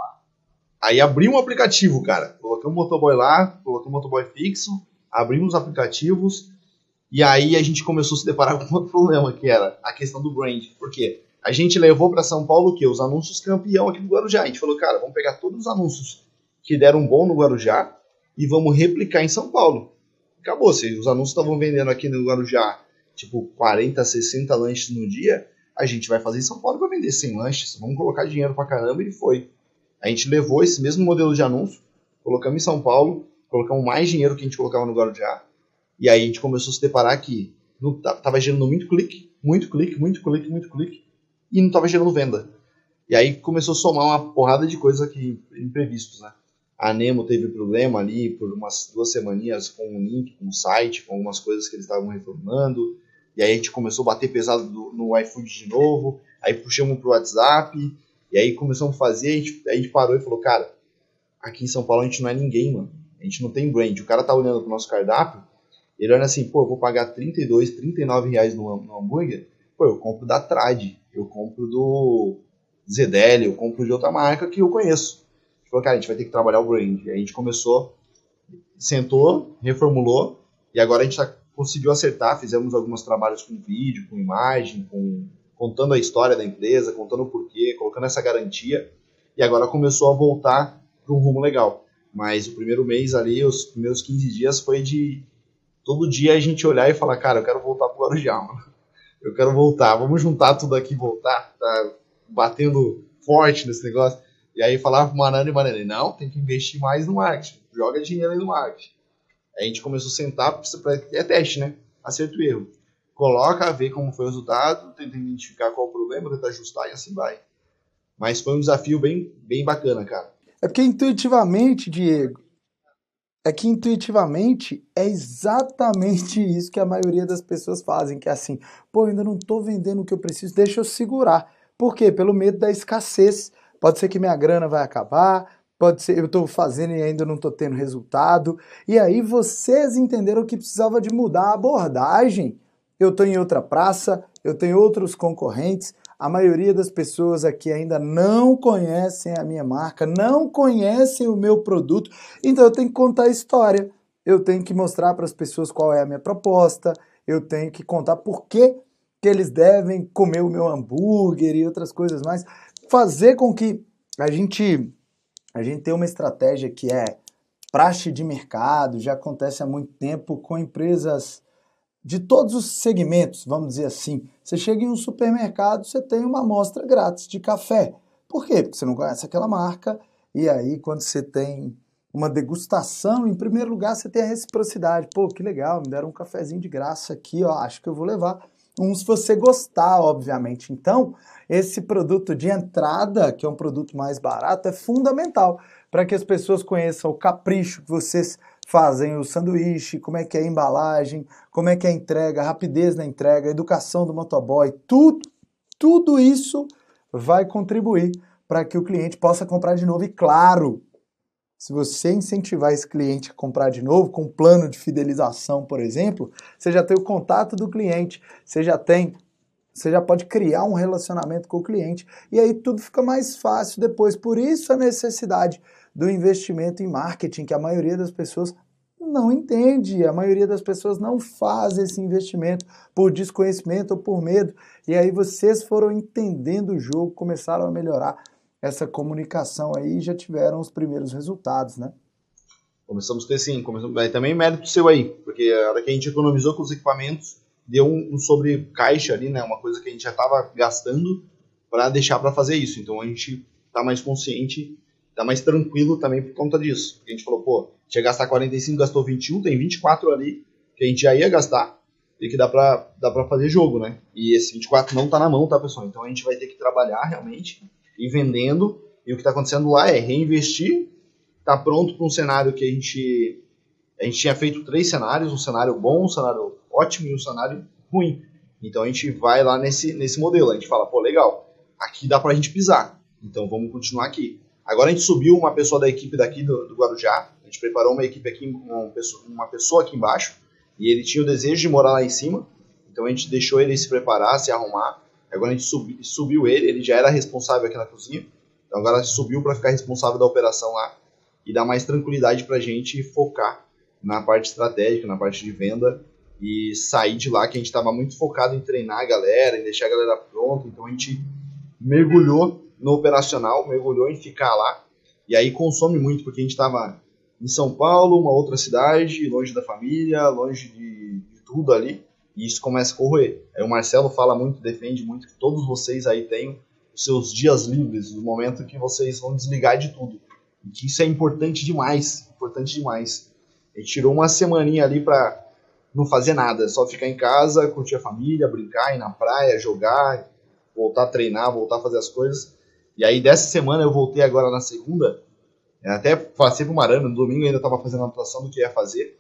Aí abrimos o aplicativo, cara. Colocamos o motoboy lá, colocamos o motoboy fixo, abrimos os aplicativos, e aí a gente começou a se deparar com outro problema, que era a questão do brand. Por quê? A gente levou para São Paulo o quê? Os anúncios campeão aqui do Guarujá. A gente falou, cara, vamos pegar todos os anúncios que deram bom no Guarujá e vamos replicar em São Paulo. Acabou, se os anúncios estavam vendendo aqui no Guarujá, tipo, quarenta, sessenta lanches no dia, a gente vai fazer em São Paulo para vender cem lanches. Vamos colocar dinheiro pra caramba, e foi. A gente levou esse mesmo modelo de anúncio, colocamos em São Paulo, colocamos mais dinheiro que a gente colocava no Guarujá, e aí a gente começou a se deparar que não, tava gerando muito clique, muito clique, muito clique, muito clique, e não estava gerando venda. E aí começou a somar uma porrada de coisas aqui, imprevistos, né? A Nemo teve problema ali por umas duas semaninhas com o link, com o site, com algumas coisas que eles estavam reformando. E aí a gente começou a bater pesado do, no iFood de novo. Aí puxamos pro WhatsApp. E aí começamos a fazer. A gente, a gente parou e falou, cara, aqui em São Paulo a gente não é ninguém, mano. A gente não tem brand. O cara tá olhando pro nosso cardápio. Ele olha assim, pô, eu vou pagar trinta e dois, trinta e nove reais no, no hambúrguer. Pô, eu compro da Trad. Eu compro do Zedeli. Eu compro de outra marca que eu conheço. Falou, cara, a gente vai ter que trabalhar o brand. Aí a gente começou, sentou, reformulou, e agora a gente tá, conseguiu acertar, fizemos alguns trabalhos com vídeo, com imagem, com, contando a história da empresa, contando o porquê, colocando essa garantia, e agora começou a voltar para um rumo legal. Mas o primeiro mês ali, os primeiros quinze dias, foi de todo dia a gente olhar e falar, cara, eu quero voltar pro Guarujá, mano. Eu quero voltar, vamos juntar tudo aqui e voltar, tá batendo forte nesse negócio. E aí falava pro Manano e Manano, não, tem que investir mais no marketing, joga dinheiro aí no marketing. Aí a gente começou a sentar, é teste, né? Acerto e erro. Coloca, vê como foi o resultado, tenta identificar qual o problema, tenta ajustar e assim vai. Mas foi um desafio bem, bem bacana, cara. É porque intuitivamente, Diego, é que intuitivamente é exatamente isso que a maioria das pessoas fazem, que é assim, pô, ainda não tô vendendo o que eu preciso, deixa eu segurar. Por quê? Pelo medo da escassez. Pode ser que minha grana vai acabar, pode ser eu estou fazendo e ainda não estou tendo resultado. E aí vocês entenderam que precisava de mudar a abordagem. Eu estou em outra praça, eu tenho outros concorrentes. A maioria das pessoas aqui ainda não conhecem a minha marca, não conhecem o meu produto. Então eu tenho que contar a história. Eu tenho que mostrar para as pessoas qual é a minha proposta. Eu tenho que contar por que que eles devem comer o meu hambúrguer e outras coisas mais. Fazer com que a gente, a gente tenha uma estratégia que é praxe de mercado, já acontece há muito tempo com empresas de todos os segmentos, vamos dizer assim. Você chega em um supermercado, você tem uma amostra grátis de café. Por quê? Porque você não conhece aquela marca, e aí quando você tem uma degustação, em primeiro lugar você tem a reciprocidade. Pô, que legal, me deram um cafezinho de graça aqui, ó, acho que eu vou levar. Um, se você gostar, obviamente. Então, esse produto de entrada, que é um produto mais barato, é fundamental para que as pessoas conheçam o capricho que vocês fazem, o sanduíche, como é que é a embalagem, como é que é a entrega, a rapidez na entrega, a educação do motoboy, tudo, tudo isso vai contribuir para que o cliente possa comprar de novo. E claro, se você incentivar esse cliente a comprar de novo, com um plano de fidelização, por exemplo, você já tem o contato do cliente, você já tem você já pode criar um relacionamento com o cliente e aí tudo fica mais fácil depois. Por isso a necessidade do investimento em marketing, que a maioria das pessoas não entende, a maioria das pessoas não faz esse investimento por desconhecimento ou por medo. E aí vocês foram entendendo o jogo, começaram a melhorar essa comunicação aí e já tiveram os primeiros resultados, né? Começamos a ter sim, começamos, aí também mérito seu aí, porque a hora que a gente economizou com os equipamentos, deu um, um sobrecaixa ali, né, uma coisa que a gente já estava gastando para deixar para fazer isso. Então a gente tá mais consciente, tá mais tranquilo também por conta disso. A gente falou, pô, tinha que gastar quarenta e cinco, gastou vinte e um, tem vinte e quatro ali que a gente já ia gastar e que dá para dá para fazer jogo, né? E esse vinte e quatro não tá na mão, tá, pessoal? Então a gente vai ter que trabalhar realmente e vendendo, e o que está acontecendo lá é reinvestir, tá pronto para um cenário que a gente a gente tinha feito três cenários, um cenário bom, um cenário ótimo e um cenário ruim. Então a gente vai lá nesse, nesse modelo, a gente fala, pô, legal, aqui dá pra gente pisar, então vamos continuar aqui. Agora a gente subiu uma pessoa da equipe daqui do, do Guarujá, a gente preparou uma equipe aqui, uma pessoa, uma pessoa aqui embaixo, e ele tinha o desejo de morar lá em cima, então a gente deixou ele se preparar, se arrumar. Agora a gente subi, subiu ele, ele já era responsável aqui na cozinha, então agora a gente subiu para ficar responsável da operação lá e dar mais tranquilidade pra gente focar na parte estratégica, na parte de venda e sair de lá, que a gente estava muito focado em treinar a galera, em deixar a galera pronta, então a gente mergulhou no operacional, mergulhou em ficar lá, e aí consome muito, porque a gente estava em São Paulo, uma outra cidade, longe da família, longe de, de tudo ali, e isso começa a corroer. Aí o Marcelo fala muito, defende muito que todos vocês aí tenham os seus dias livres, o momento que vocês vão desligar de tudo, e que isso é importante demais, importante demais. A gente tirou uma semaninha ali para não fazer nada, só ficar em casa, curtir a família, brincar, ir na praia, jogar, voltar a treinar, voltar a fazer as coisas. E aí dessa semana eu voltei agora na segunda, até passei pro Marana, no domingo eu ainda estava fazendo a anotação do que ia fazer,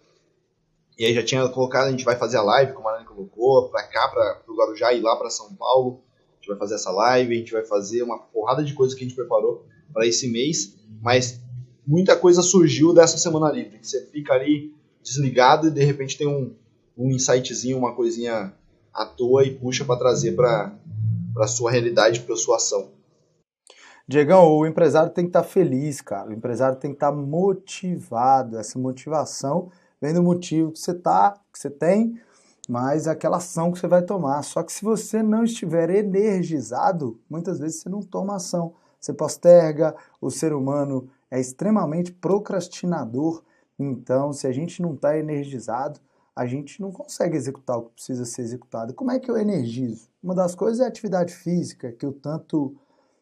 e aí já tinha colocado, a gente vai fazer a live, como o Marana colocou, para cá, para o Guarujá e lá para São Paulo, a gente vai fazer essa live, a gente vai fazer uma porrada de coisa que a gente preparou para esse mês, mas muita coisa surgiu dessa semana livre, que você fica ali desligado e de repente tem um, um insightzinho, uma coisinha à toa e puxa para trazer para a sua realidade, para a sua ação. Diegão, o empresário tem que estar feliz, cara. O empresário tem que estar motivado. Essa motivação vem do motivo que você tá, que você tem, mas aquela ação que você vai tomar. Só que se você não estiver energizado, muitas vezes você não toma ação. Você posterga, o ser humano é extremamente procrastinador. Então, se a gente não está energizado, a gente não consegue executar o que precisa ser executado. Como é que eu energizo? Uma das coisas é a atividade física, que eu tanto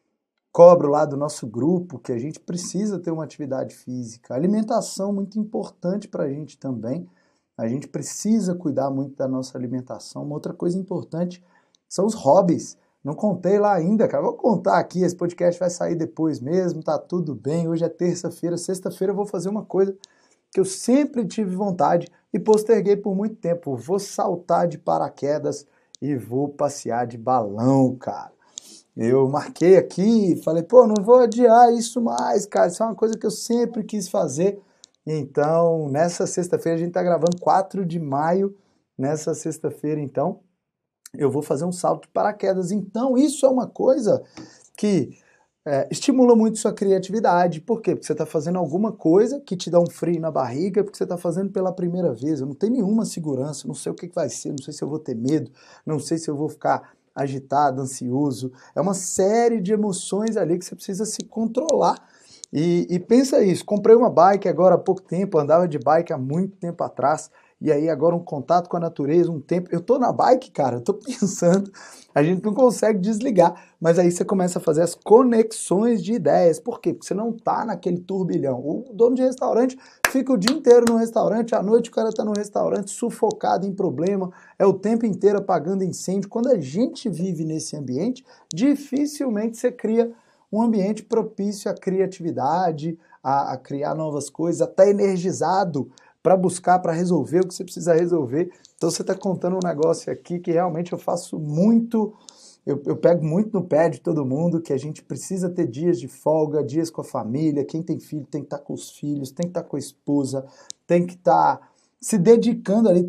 cobro lá do nosso grupo, que a gente precisa ter uma atividade física. A alimentação é muito importante para a gente também. A gente precisa cuidar muito da nossa alimentação. Uma outra coisa importante são os hobbies. Não contei lá ainda, cara. Vou contar aqui, esse podcast vai sair depois mesmo, tá tudo bem. Hoje é terça-feira, sexta-feira eu vou fazer uma coisa que eu sempre tive vontade e posterguei por muito tempo. Vou saltar de paraquedas e vou passear de balão, cara. Eu marquei aqui e falei, pô, não vou adiar isso mais, cara. Isso é uma coisa que eu sempre quis fazer. Então, nessa sexta-feira, a gente tá gravando quatro de maio. Nessa sexta-feira, então, eu vou fazer um salto de paraquedas. Então, isso é uma coisa que é, estimula muito sua criatividade. Por quê? Porque você está fazendo alguma coisa que te dá um frio na barriga, porque você está fazendo pela primeira vez. Eu não tenho nenhuma segurança, não sei o que vai ser, não sei se eu vou ter medo, não sei se eu vou ficar agitado, ansioso. É uma série de emoções ali que você precisa se controlar. E, e pensa isso, comprei uma bike agora há pouco tempo, andava de bike há muito tempo atrás, e aí agora um contato com a natureza, um tempo, eu tô na bike, cara, eu tô pensando, a gente não consegue desligar, mas aí você começa a fazer as conexões de ideias. Por quê? Porque você não tá naquele turbilhão. O dono de restaurante fica o dia inteiro no restaurante, à noite o cara tá no restaurante sufocado em problema, é o tempo inteiro apagando incêndio. Quando a gente vive nesse ambiente, dificilmente você cria um ambiente propício à criatividade, a, a criar novas coisas, até energizado para buscar, para resolver o que você precisa resolver. Então você está contando um negócio aqui que realmente eu faço muito, eu, eu pego muito no pé de todo mundo, que a gente precisa ter dias de folga, dias com a família. Quem tem filho tem que estar com os filhos, tem que estar com a esposa, tem que estar se dedicando ali, tendo um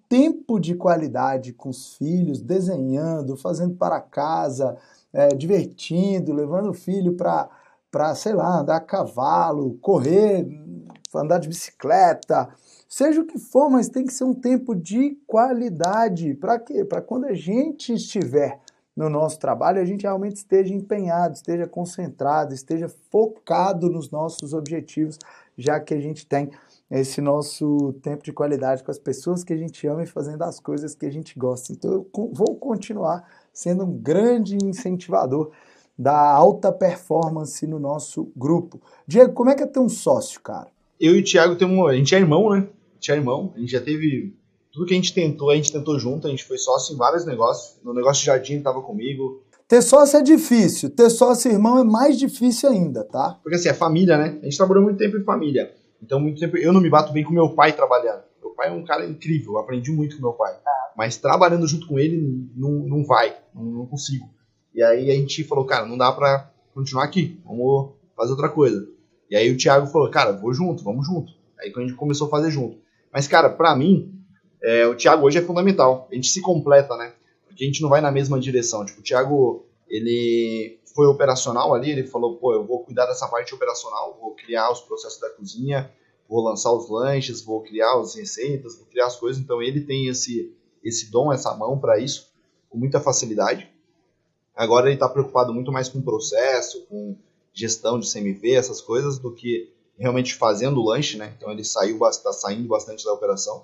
tempo de qualidade com os filhos, desenhando, fazendo para casa, é, divertindo, levando o filho para, para, sei lá, andar a cavalo, correr, andar de bicicleta, seja o que for, mas tem que ser um tempo de qualidade. Para quê? Para quando a gente estiver no nosso trabalho, a gente realmente esteja empenhado, esteja concentrado, esteja focado nos nossos objetivos, já que a gente tem esse nosso tempo de qualidade com as pessoas que a gente ama e fazendo as coisas que a gente gosta. Então eu vou continuar sendo um grande incentivador da alta performance no nosso grupo. Diego, como é que é ter um sócio, cara? Eu e o Thiago temos, a gente é irmão, né? A gente é irmão, a gente já teve, tudo que a gente tentou, a gente tentou junto, a gente foi sócio em vários negócios. No negócio de jardim ele tava comigo. Ter sócio é difícil, ter sócio irmão é mais difícil ainda, tá? Porque assim, é família, né? A gente trabalhou muito tempo em família. Então, muito tempo, eu não me bato bem com meu pai trabalhando. Meu pai é um cara incrível, eu aprendi muito com meu pai. Mas trabalhando junto com ele, não, não vai, não, não consigo. E aí a gente falou, cara, não dá pra continuar aqui, vamos fazer outra coisa. E aí o Thiago falou, cara, vou junto, vamos junto. Aí a gente começou a fazer junto. Mas, cara, pra mim, é, o Thiago hoje é fundamental. A gente se completa, né? Porque a gente não vai na mesma direção. Tipo, o Thiago, ele foi operacional ali, ele falou, pô, eu vou cuidar dessa parte operacional, vou criar os processos da cozinha, vou lançar os lanches, vou criar as receitas, vou criar as coisas. Então ele tem esse, esse dom, essa mão para isso, com muita facilidade. Agora ele está preocupado muito mais com o processo, com gestão de C M V, essas coisas, do que realmente fazendo o lanche, né? Então ele saiu, está saindo bastante da operação.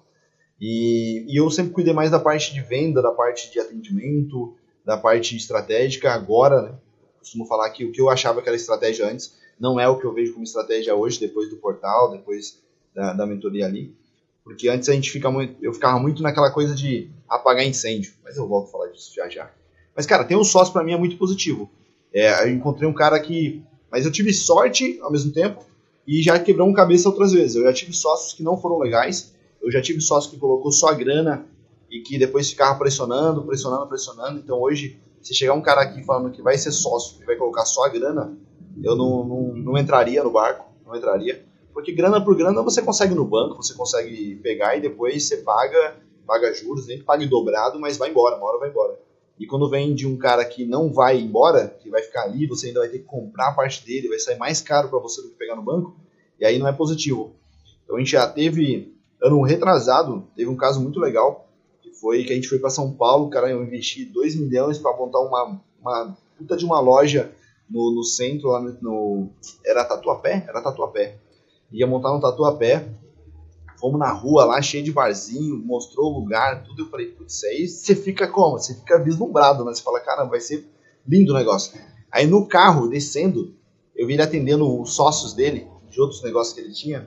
E, e eu sempre cuidei mais da parte de venda, da parte de atendimento, da parte estratégica. Agora, né? Costumo falar que o que eu achava que era estratégia antes não é o que eu vejo como estratégia hoje, depois do portal, depois da, da mentoria ali. Porque antes a gente fica muito, eu ficava muito naquela coisa de apagar incêndio, mas eu volto a falar disso já já. Mas, cara, ter um sócio pra mim é muito positivo. É, eu encontrei um cara que... Mas eu tive sorte ao mesmo tempo e já quebrou um cabeça outras vezes. Eu já tive sócios que não foram legais, eu já tive sócio que colocou só a grana e que depois ficava pressionando, pressionando, pressionando. Então hoje, se chegar um cara aqui falando que vai ser sócio e vai colocar só a grana, eu não, não, não entraria no barco, não entraria. Porque grana por grana você consegue no banco, você consegue pegar e depois você paga, paga juros, nem que pague dobrado, mas vai embora, uma hora vai embora. E quando vem de um cara que não vai embora, que vai ficar ali, você ainda vai ter que comprar a parte dele, vai sair mais caro para você do que pegar no banco, e aí não é positivo. Então a gente já teve, ano retrasado, teve um caso muito legal, que foi que a gente foi para São Paulo, cara, eu investi dois milhões para montar uma, uma puta de uma loja no, no centro, lá no, no... Era Tatuapé? Era Tatuapé. Ia montar no Tatuapé, fomos na rua lá, cheio de barzinho, mostrou o lugar, tudo. Eu falei, putz, isso aí você fica como? Você fica vislumbrado, né? Você fala, caramba, vai ser lindo o negócio. Aí no carro, descendo, eu vi ele atendendo os sócios dele, de outros negócios que ele tinha.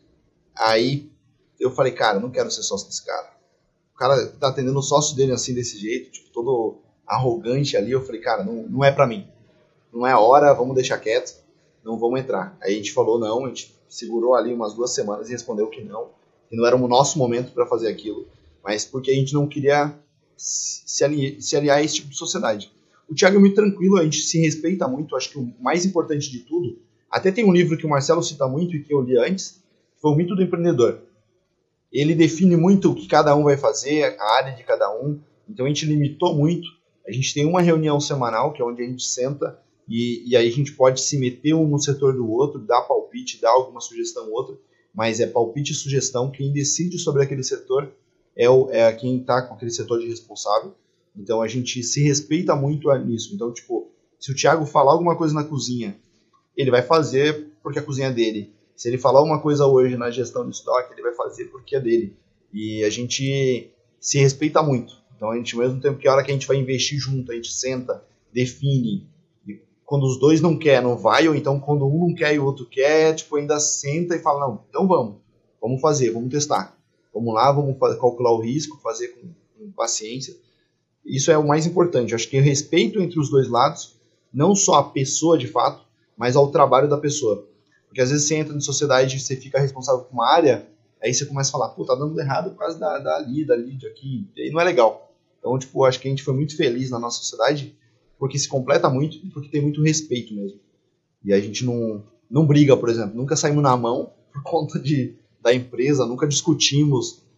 Aí eu falei, cara, não quero ser sócio desse cara. O cara tá atendendo o sócio dele assim, desse jeito, tipo, todo arrogante ali. Eu falei, cara, não, não é pra mim. Não é a hora, vamos deixar quieto, não vamos entrar. Aí a gente falou não, a gente segurou ali umas duas semanas e respondeu que não, que não era o nosso momento para fazer aquilo, mas porque a gente não queria se aliar, se aliar a esse tipo de sociedade. O Thiago é muito tranquilo, a gente se respeita muito, acho que o mais importante de tudo, até tem um livro que o Marcelo cita muito e que eu li antes, foi o Mito do Empreendedor. Ele define muito o que cada um vai fazer, a área de cada um, então a gente limitou muito, a gente tem uma reunião semanal, que é onde a gente senta, E, e aí a gente pode se meter um no setor do outro, dar palpite, dar alguma sugestão ou outra, mas é palpite e sugestão, quem decide sobre aquele setor é, o, é quem está com aquele setor de responsável. Então a gente se respeita muito nisso. Então, tipo, se o Thiago falar alguma coisa na cozinha, ele vai fazer porque a cozinha é dele. Se ele falar alguma coisa hoje na gestão de estoque, ele vai fazer porque é dele. E a gente se respeita muito. Então a gente, ao mesmo tempo que a hora que a gente vai investir junto, a gente senta, define. Quando os dois não querem, não vai, ou então quando um não quer e o outro quer, tipo, ainda senta e fala, não, então vamos, vamos fazer, vamos testar. Vamos lá, vamos fazer, calcular o risco, fazer com, com paciência. Isso é o mais importante. Eu acho que o respeito entre os dois lados, não só a pessoa de fato, mas ao trabalho da pessoa. Porque às vezes você entra na sociedade e você fica responsável por uma área, aí você começa a falar, pô, tá dando errado por causa da, da ali, da lead aqui, e aí não é legal. Então, tipo, acho que a gente foi muito feliz na nossa sociedade, porque se completa muito e porque tem muito respeito mesmo. E a gente não, não briga, por exemplo, nunca saímos na mão por conta de, da empresa, nunca discutimos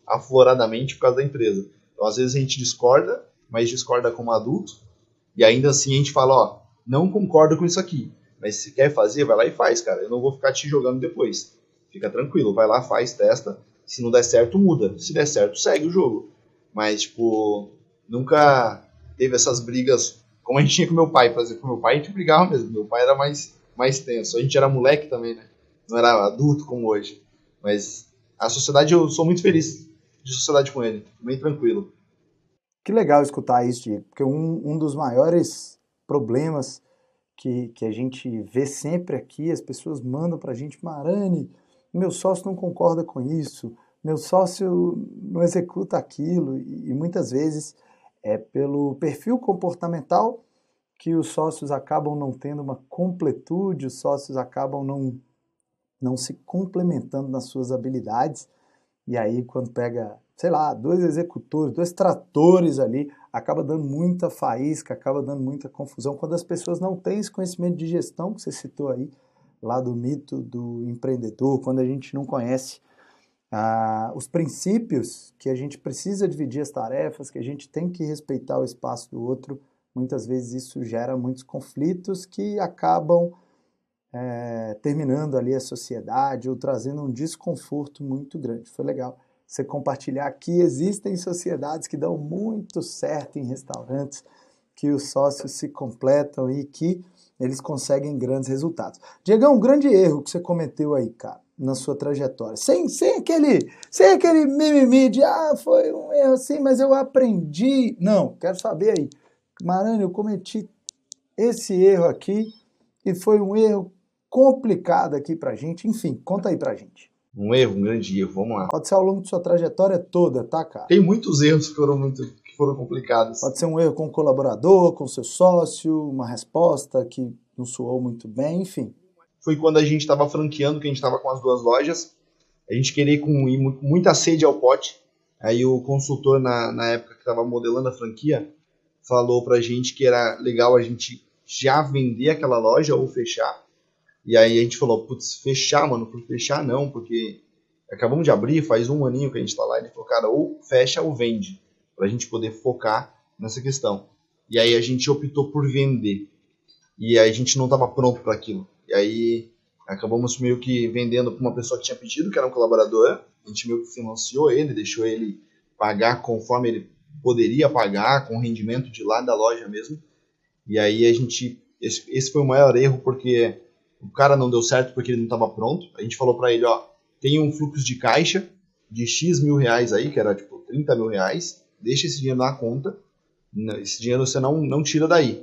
afloradamente por causa da empresa. Então, às vezes a gente discorda, mas discorda como adulto, e ainda assim a gente fala, ó, não concordo com isso aqui, mas se quer fazer, vai lá e faz, cara. Eu não vou ficar te jogando depois. Fica tranquilo, vai lá, faz, testa. Se não der certo, muda. Se der certo, segue o jogo. Mas, tipo, nunca teve essas brigas como a gente tinha com meu pai. Por exemplo, com meu pai a gente brigava mesmo. Meu pai era mais, mais tenso. A gente era moleque também, né? Não era adulto como hoje. Mas a sociedade, eu sou muito feliz de sociedade com ele. Bem tranquilo. Que legal escutar isso, Diego. Porque um, um dos maiores problemas que, que a gente vê sempre aqui, as pessoas mandam pra gente, Marani, meu sócio não concorda com isso, meu sócio não executa aquilo, e, e muitas vezes é pelo perfil comportamental que os sócios acabam não tendo uma completude, os sócios acabam não, não se complementando nas suas habilidades, e aí quando pega, sei lá, dois executores, dois tratores ali, acaba dando muita faísca, acaba dando muita confusão, quando as pessoas não têm esse conhecimento de gestão que você citou aí, lá do mito do empreendedor, quando a gente não conhece ah, os princípios que a gente precisa dividir as tarefas, que a gente tem que respeitar o espaço do outro, muitas vezes isso gera muitos conflitos que acabam é, terminando ali a sociedade ou trazendo um desconforto muito grande. Foi legal você compartilhar que existem sociedades que dão muito certo em restaurantes, que os sócios se completam e que eles conseguem grandes resultados. Diegão, um grande erro que você cometeu aí, cara, na sua trajetória. Sem, sem, aquele, sem aquele mimimi de, ah, foi um erro assim, mas eu aprendi. Não, quero saber aí. Marani, eu cometi esse erro aqui e foi um erro complicado aqui pra gente. Enfim, conta aí pra gente. Um erro, um grande erro, vamos lá. Pode ser ao longo de sua trajetória toda, tá, cara? Tem muitos erros que foram, muito, que foram complicados. Pode ser um erro com o colaborador, com o seu sócio, uma resposta que não soou muito bem, enfim. Foi quando a gente estava franqueando, que a gente estava com as duas lojas, a gente queria ir com muita sede ao pote. Aí o consultor, na, na época que estava modelando a franquia, falou pra gente que era legal a gente já vender aquela loja ou fechar. E aí a gente falou, putz, fechar, mano, por fechar não, porque acabamos de abrir, faz um aninho que a gente tá lá, ele falou, cara, ou fecha ou vende, pra gente poder focar nessa questão. E aí a gente optou por vender. E aí a gente não tava pronto para aquilo. E aí acabamos meio que vendendo para uma pessoa que tinha pedido, que era um colaborador, a gente meio que financiou ele, deixou ele pagar conforme ele poderia pagar, com o rendimento de lá da loja mesmo. E aí a gente, esse, esse foi o maior erro, porque o cara não deu certo porque ele não estava pronto. A gente falou para ele, ó, tem um fluxo de caixa de X mil reais aí, que era tipo trinta mil reais, deixa esse dinheiro na conta, esse dinheiro você não, não tira daí.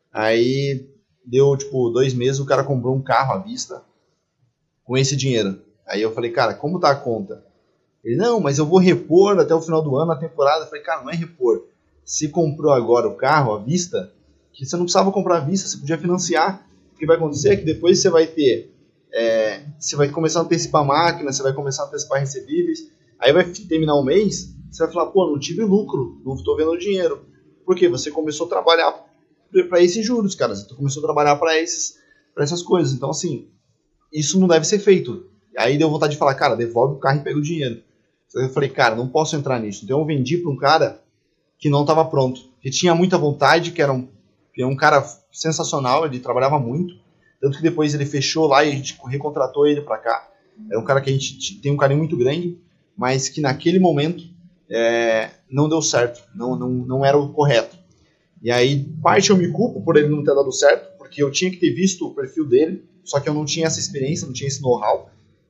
Aí deu tipo dois meses, o cara comprou um carro à vista com esse dinheiro. Aí eu falei, cara, como tá a conta? Ele, não, mas eu vou repor até o final do ano a temporada. Eu falei, cara, não é repor. Se comprou agora o carro à vista, que você não precisava comprar à vista, você podia financiar. O que vai acontecer é que depois você vai ter, é, você vai começar a antecipar a máquina, você vai começar a antecipar recebíveis, aí vai terminar o mês, você vai falar, pô, não tive lucro, não estou vendo dinheiro. Por quê? Você começou a trabalhar para esses juros, cara, você começou a trabalhar para esses, para essas coisas. Então, assim, isso não deve ser feito. Aí deu vontade de falar, cara, devolve o carro e pega o dinheiro. Eu falei, cara, não posso entrar nisso. Então eu vendi para um cara que não estava pronto, que tinha muita vontade, que era um, que era um cara sensacional, ele trabalhava muito, tanto que depois ele fechou lá e a gente recontratou ele para cá. Era um cara que a gente tem um carinho muito grande, mas que naquele momento é, não deu certo, não, não, não era o correto. E aí, parte eu me culpo por ele não ter dado certo, porque eu tinha que ter visto o perfil dele, só que eu não tinha essa experiência, não tinha esse know-how,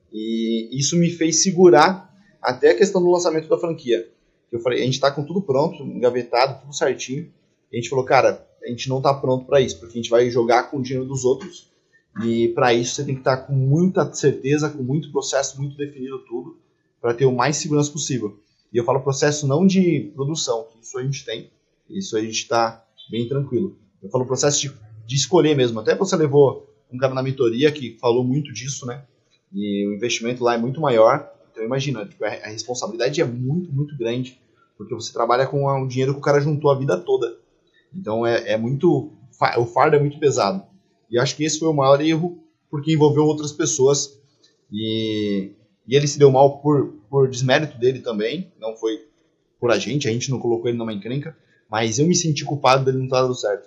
e isso me fez segurar até a questão do lançamento da franquia. Eu falei, a gente está com tudo pronto, engavetado, tudo certinho, e a gente falou, cara, a gente não está pronto para isso, porque a gente vai jogar com o dinheiro dos outros, e para isso você tem que estar com muita certeza, com muito processo, muito definido tudo, para ter o mais segurança possível. E eu falo processo não de produção, que isso a gente tem, isso a gente está bem tranquilo. Eu falo processo de, de escolher mesmo, até você levou um cara na mentoria que falou muito disso, né, e o investimento lá é muito maior, então imagina, tipo, a responsabilidade é muito, muito grande, porque você trabalha com o dinheiro que o cara juntou a vida toda. Então é, é muito, o fardo é muito pesado. E acho que esse foi o maior erro, porque envolveu outras pessoas. E, e ele se deu mal por por desmérito dele também, não foi por a gente, a gente não colocou ele numa encrenca, mas eu me senti culpado dele não estar dando certo,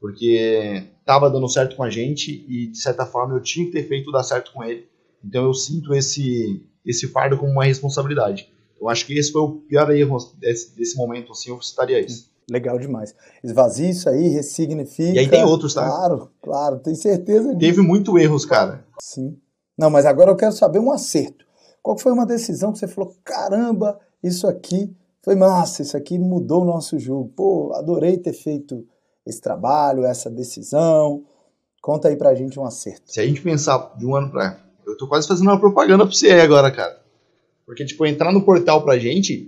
porque estava dando certo com a gente e, de certa forma, eu tinha que ter feito dar certo com ele. Então eu sinto esse, esse fardo como uma responsabilidade. Eu acho que esse foi o pior erro desse, desse momento, assim, eu citaria isso. Legal demais. Esvazia isso aí, ressignifica. E aí tem outros, tá? Claro, claro, tenho certeza disso. Teve muito erros, cara. Sim. Não, mas agora eu quero saber um acerto. Qual foi uma decisão que você falou, caramba, isso aqui foi massa, isso aqui mudou o nosso jogo. Pô, adorei ter feito esse trabalho, essa decisão. Conta aí pra gente um acerto. Se a gente pensar de um ano pra... Eu tô quase fazendo uma propaganda pra você aí agora, cara. Porque, tipo, entrar no portal pra gente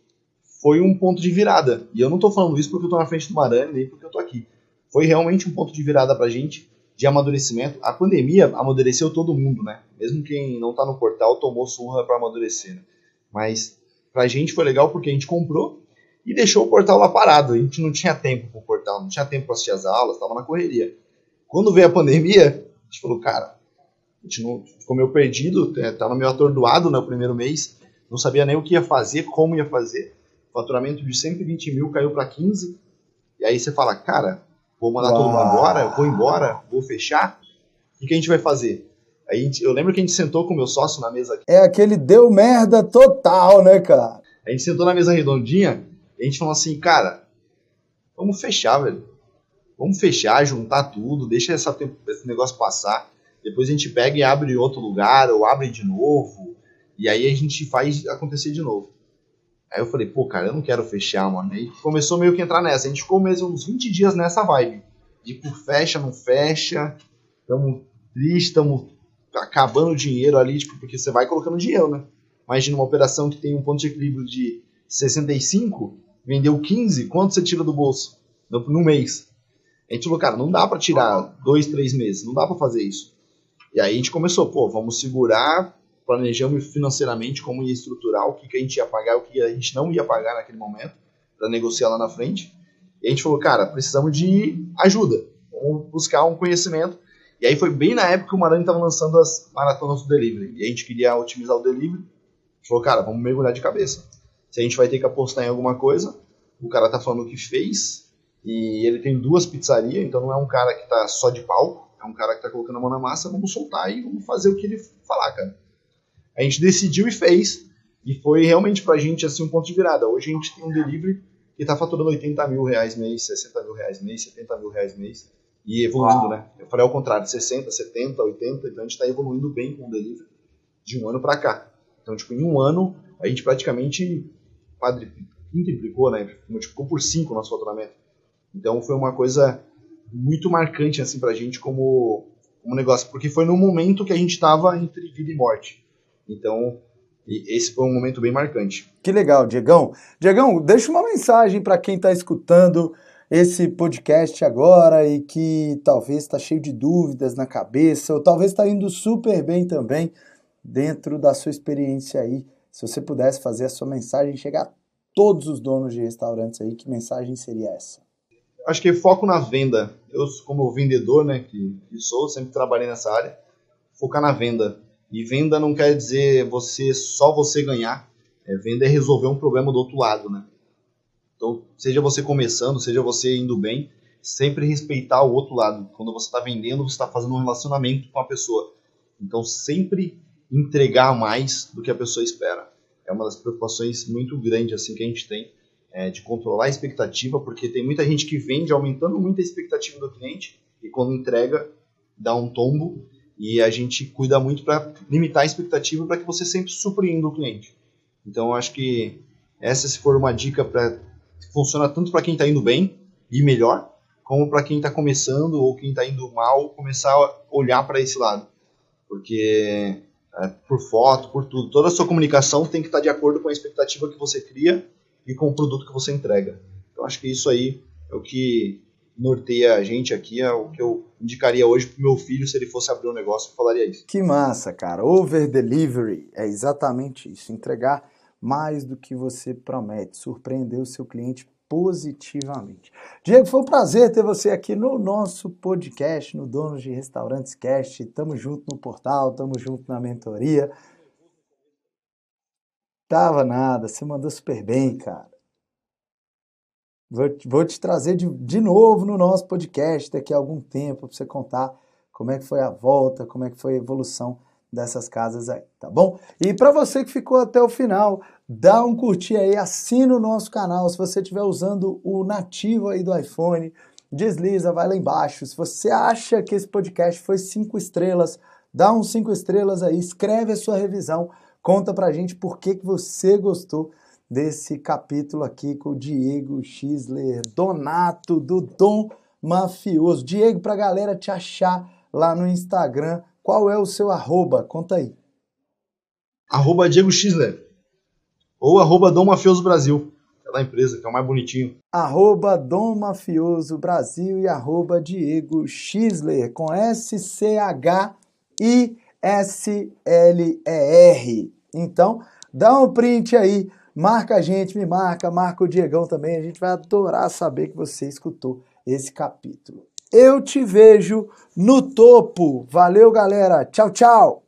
foi um ponto de virada. E eu não tô falando isso porque eu tô na frente do Marani, nem porque eu tô aqui. Foi realmente um ponto de virada pra gente, de amadurecimento. A pandemia amadureceu todo mundo, né? Mesmo quem não tá no portal tomou surra pra amadurecer, né? Mas pra gente foi legal porque a gente comprou e deixou o portal lá parado. A gente não tinha tempo pro portal, não tinha tempo pra assistir as aulas, tava na correria. Quando veio a pandemia, a gente falou, cara, a gente não, ficou meio perdido, tava meio atordoado no primeiro mês, não sabia nem o que ia fazer, como ia fazer. O faturamento de cento e vinte mil caiu para quinze, e aí você fala, cara, vou mandar Uau. todo mundo embora, vou embora, vou fechar, o que a gente vai fazer? Aí a gente, eu lembro que a gente sentou com o meu sócio na mesa aqui. É aquele deu merda total, né, cara? A gente sentou na mesa redondinha, e a gente falou assim, cara, vamos fechar, velho. Vamos fechar, juntar tudo, deixa essa, esse negócio passar. Depois a gente pega e abre em outro lugar, ou abre de novo, e aí a gente faz acontecer de novo. Aí eu falei, pô, cara, eu não quero fechar, mano. Aí começou meio que entrar nessa. A gente ficou mesmo uns vinte dias nessa vibe. Tipo, fecha, não fecha, tamo triste, tamo acabando o dinheiro ali, tipo, porque você vai colocando dinheiro, né? Imagina uma operação que tem um ponto de equilíbrio de sessenta e cinco, vendeu quinze, quanto você tira do bolso no, no mês? A gente falou, cara, não dá pra tirar dois, três meses, não dá pra fazer isso. E aí a gente começou, pô, vamos segurar, planejamos financeiramente como ia estruturar, o que, que a gente ia pagar, o que a gente não ia pagar naquele momento, para negociar lá na frente. E a gente falou, cara, precisamos de ajuda, vamos buscar um conhecimento. E aí foi bem na época que o Marani estava lançando as maratonas do delivery, e a gente queria otimizar o delivery. A gente falou, cara, vamos mergulhar de cabeça. Se a gente vai ter que apostar em alguma coisa, o cara tá falando que fez, e ele tem duas pizzarias, então não é um cara que tá só de palco, é um cara que tá colocando a mão na massa, vamos soltar e vamos fazer o que ele falar, cara. A gente decidiu e fez, e foi realmente pra gente assim um ponto de virada. Hoje a gente tem um delivery que tá faturando oitenta mil reais mês, sessenta mil reais mês, setenta mil reais mês, e evoluindo, né? Eu falei ao contrário, sessenta, setenta, oitenta, então a gente tá evoluindo bem com o delivery de um ano pra cá. Então, tipo, em um ano, a gente praticamente quintuplicou, né? Multiplicou por cinco o nosso faturamento. Então foi uma coisa muito marcante assim pra gente como, como negócio, porque foi no momento que a gente estava entre vida e morte. Então, esse foi um momento bem marcante. Que legal, Diegão. Diegão, deixa uma mensagem para quem está escutando esse podcast agora e que talvez está cheio de dúvidas na cabeça, ou talvez está indo super bem também dentro da sua experiência aí. Se você pudesse fazer a sua mensagem chegar a todos os donos de restaurantes aí, que mensagem seria essa? Acho que foco na venda. Eu, como vendedor, né, que, que sou, sempre trabalhei nessa área, focar na venda. E venda não quer dizer você só você ganhar. É, venda é resolver um problema do outro lado, né? Então, seja você começando, seja você indo bem, sempre respeitar o outro lado. Quando você está vendendo, você está fazendo um relacionamento com a pessoa. Então, sempre entregar mais do que a pessoa espera. É uma das preocupações muito grandes assim, que a gente tem. É, de controlar a expectativa, porque tem muita gente que vende aumentando muito a expectativa do cliente e quando entrega dá um tombo, e a gente cuida muito para limitar a expectativa para que você sempre surpreenda o cliente. Então eu acho que essa, se for uma dica, pra, funciona tanto para quem está indo bem e melhor, como para quem está começando ou quem está indo mal, começar a olhar para esse lado, porque é, por foto, por tudo, toda a sua comunicação tem que estar de acordo com a expectativa que você cria e com o produto que você entrega. Então acho que isso aí é o que norteia a gente aqui, é o que eu indicaria hoje pro meu filho se ele fosse abrir um negócio, eu falaria isso. Que massa, cara. Over delivery é exatamente isso, entregar mais do que você promete, surpreender o seu cliente positivamente. Diego, foi um prazer ter você aqui no nosso podcast, no Donos de Restaurantes Cast. Tamo junto no portal, tamo junto na mentoria. Tava nada, você mandou super bem, cara. Vou, vou te trazer de, de novo no nosso podcast daqui a algum tempo para você contar como é que foi a volta, como é que foi a evolução dessas casas aí, tá bom? E para você que ficou até o final, dá um curtir aí, assina o nosso canal. Se você estiver usando o nativo aí do iPhone, desliza, vai lá embaixo. Se você acha que esse podcast foi cinco estrelas, dá uns cinco estrelas aí, escreve a sua revisão, conta pra gente por que, que você gostou desse capítulo aqui com o Diego Schisler Donato, do Dom Mafioso. Diego, pra galera te achar lá no Instagram, qual é o seu arroba? Conta aí. Arroba Diego Schisler. Ou arroba Dom Mafioso Brasil. É da empresa, que é o mais bonitinho. Arroba Dom Mafioso Brasil e arroba Diego Schisler, com S C H I S L E R. Então, dá um print aí, marca a gente, me marca, marca o Diegão também. A gente vai adorar saber que você escutou esse capítulo. Eu te vejo no topo. Valeu, galera. Tchau, tchau.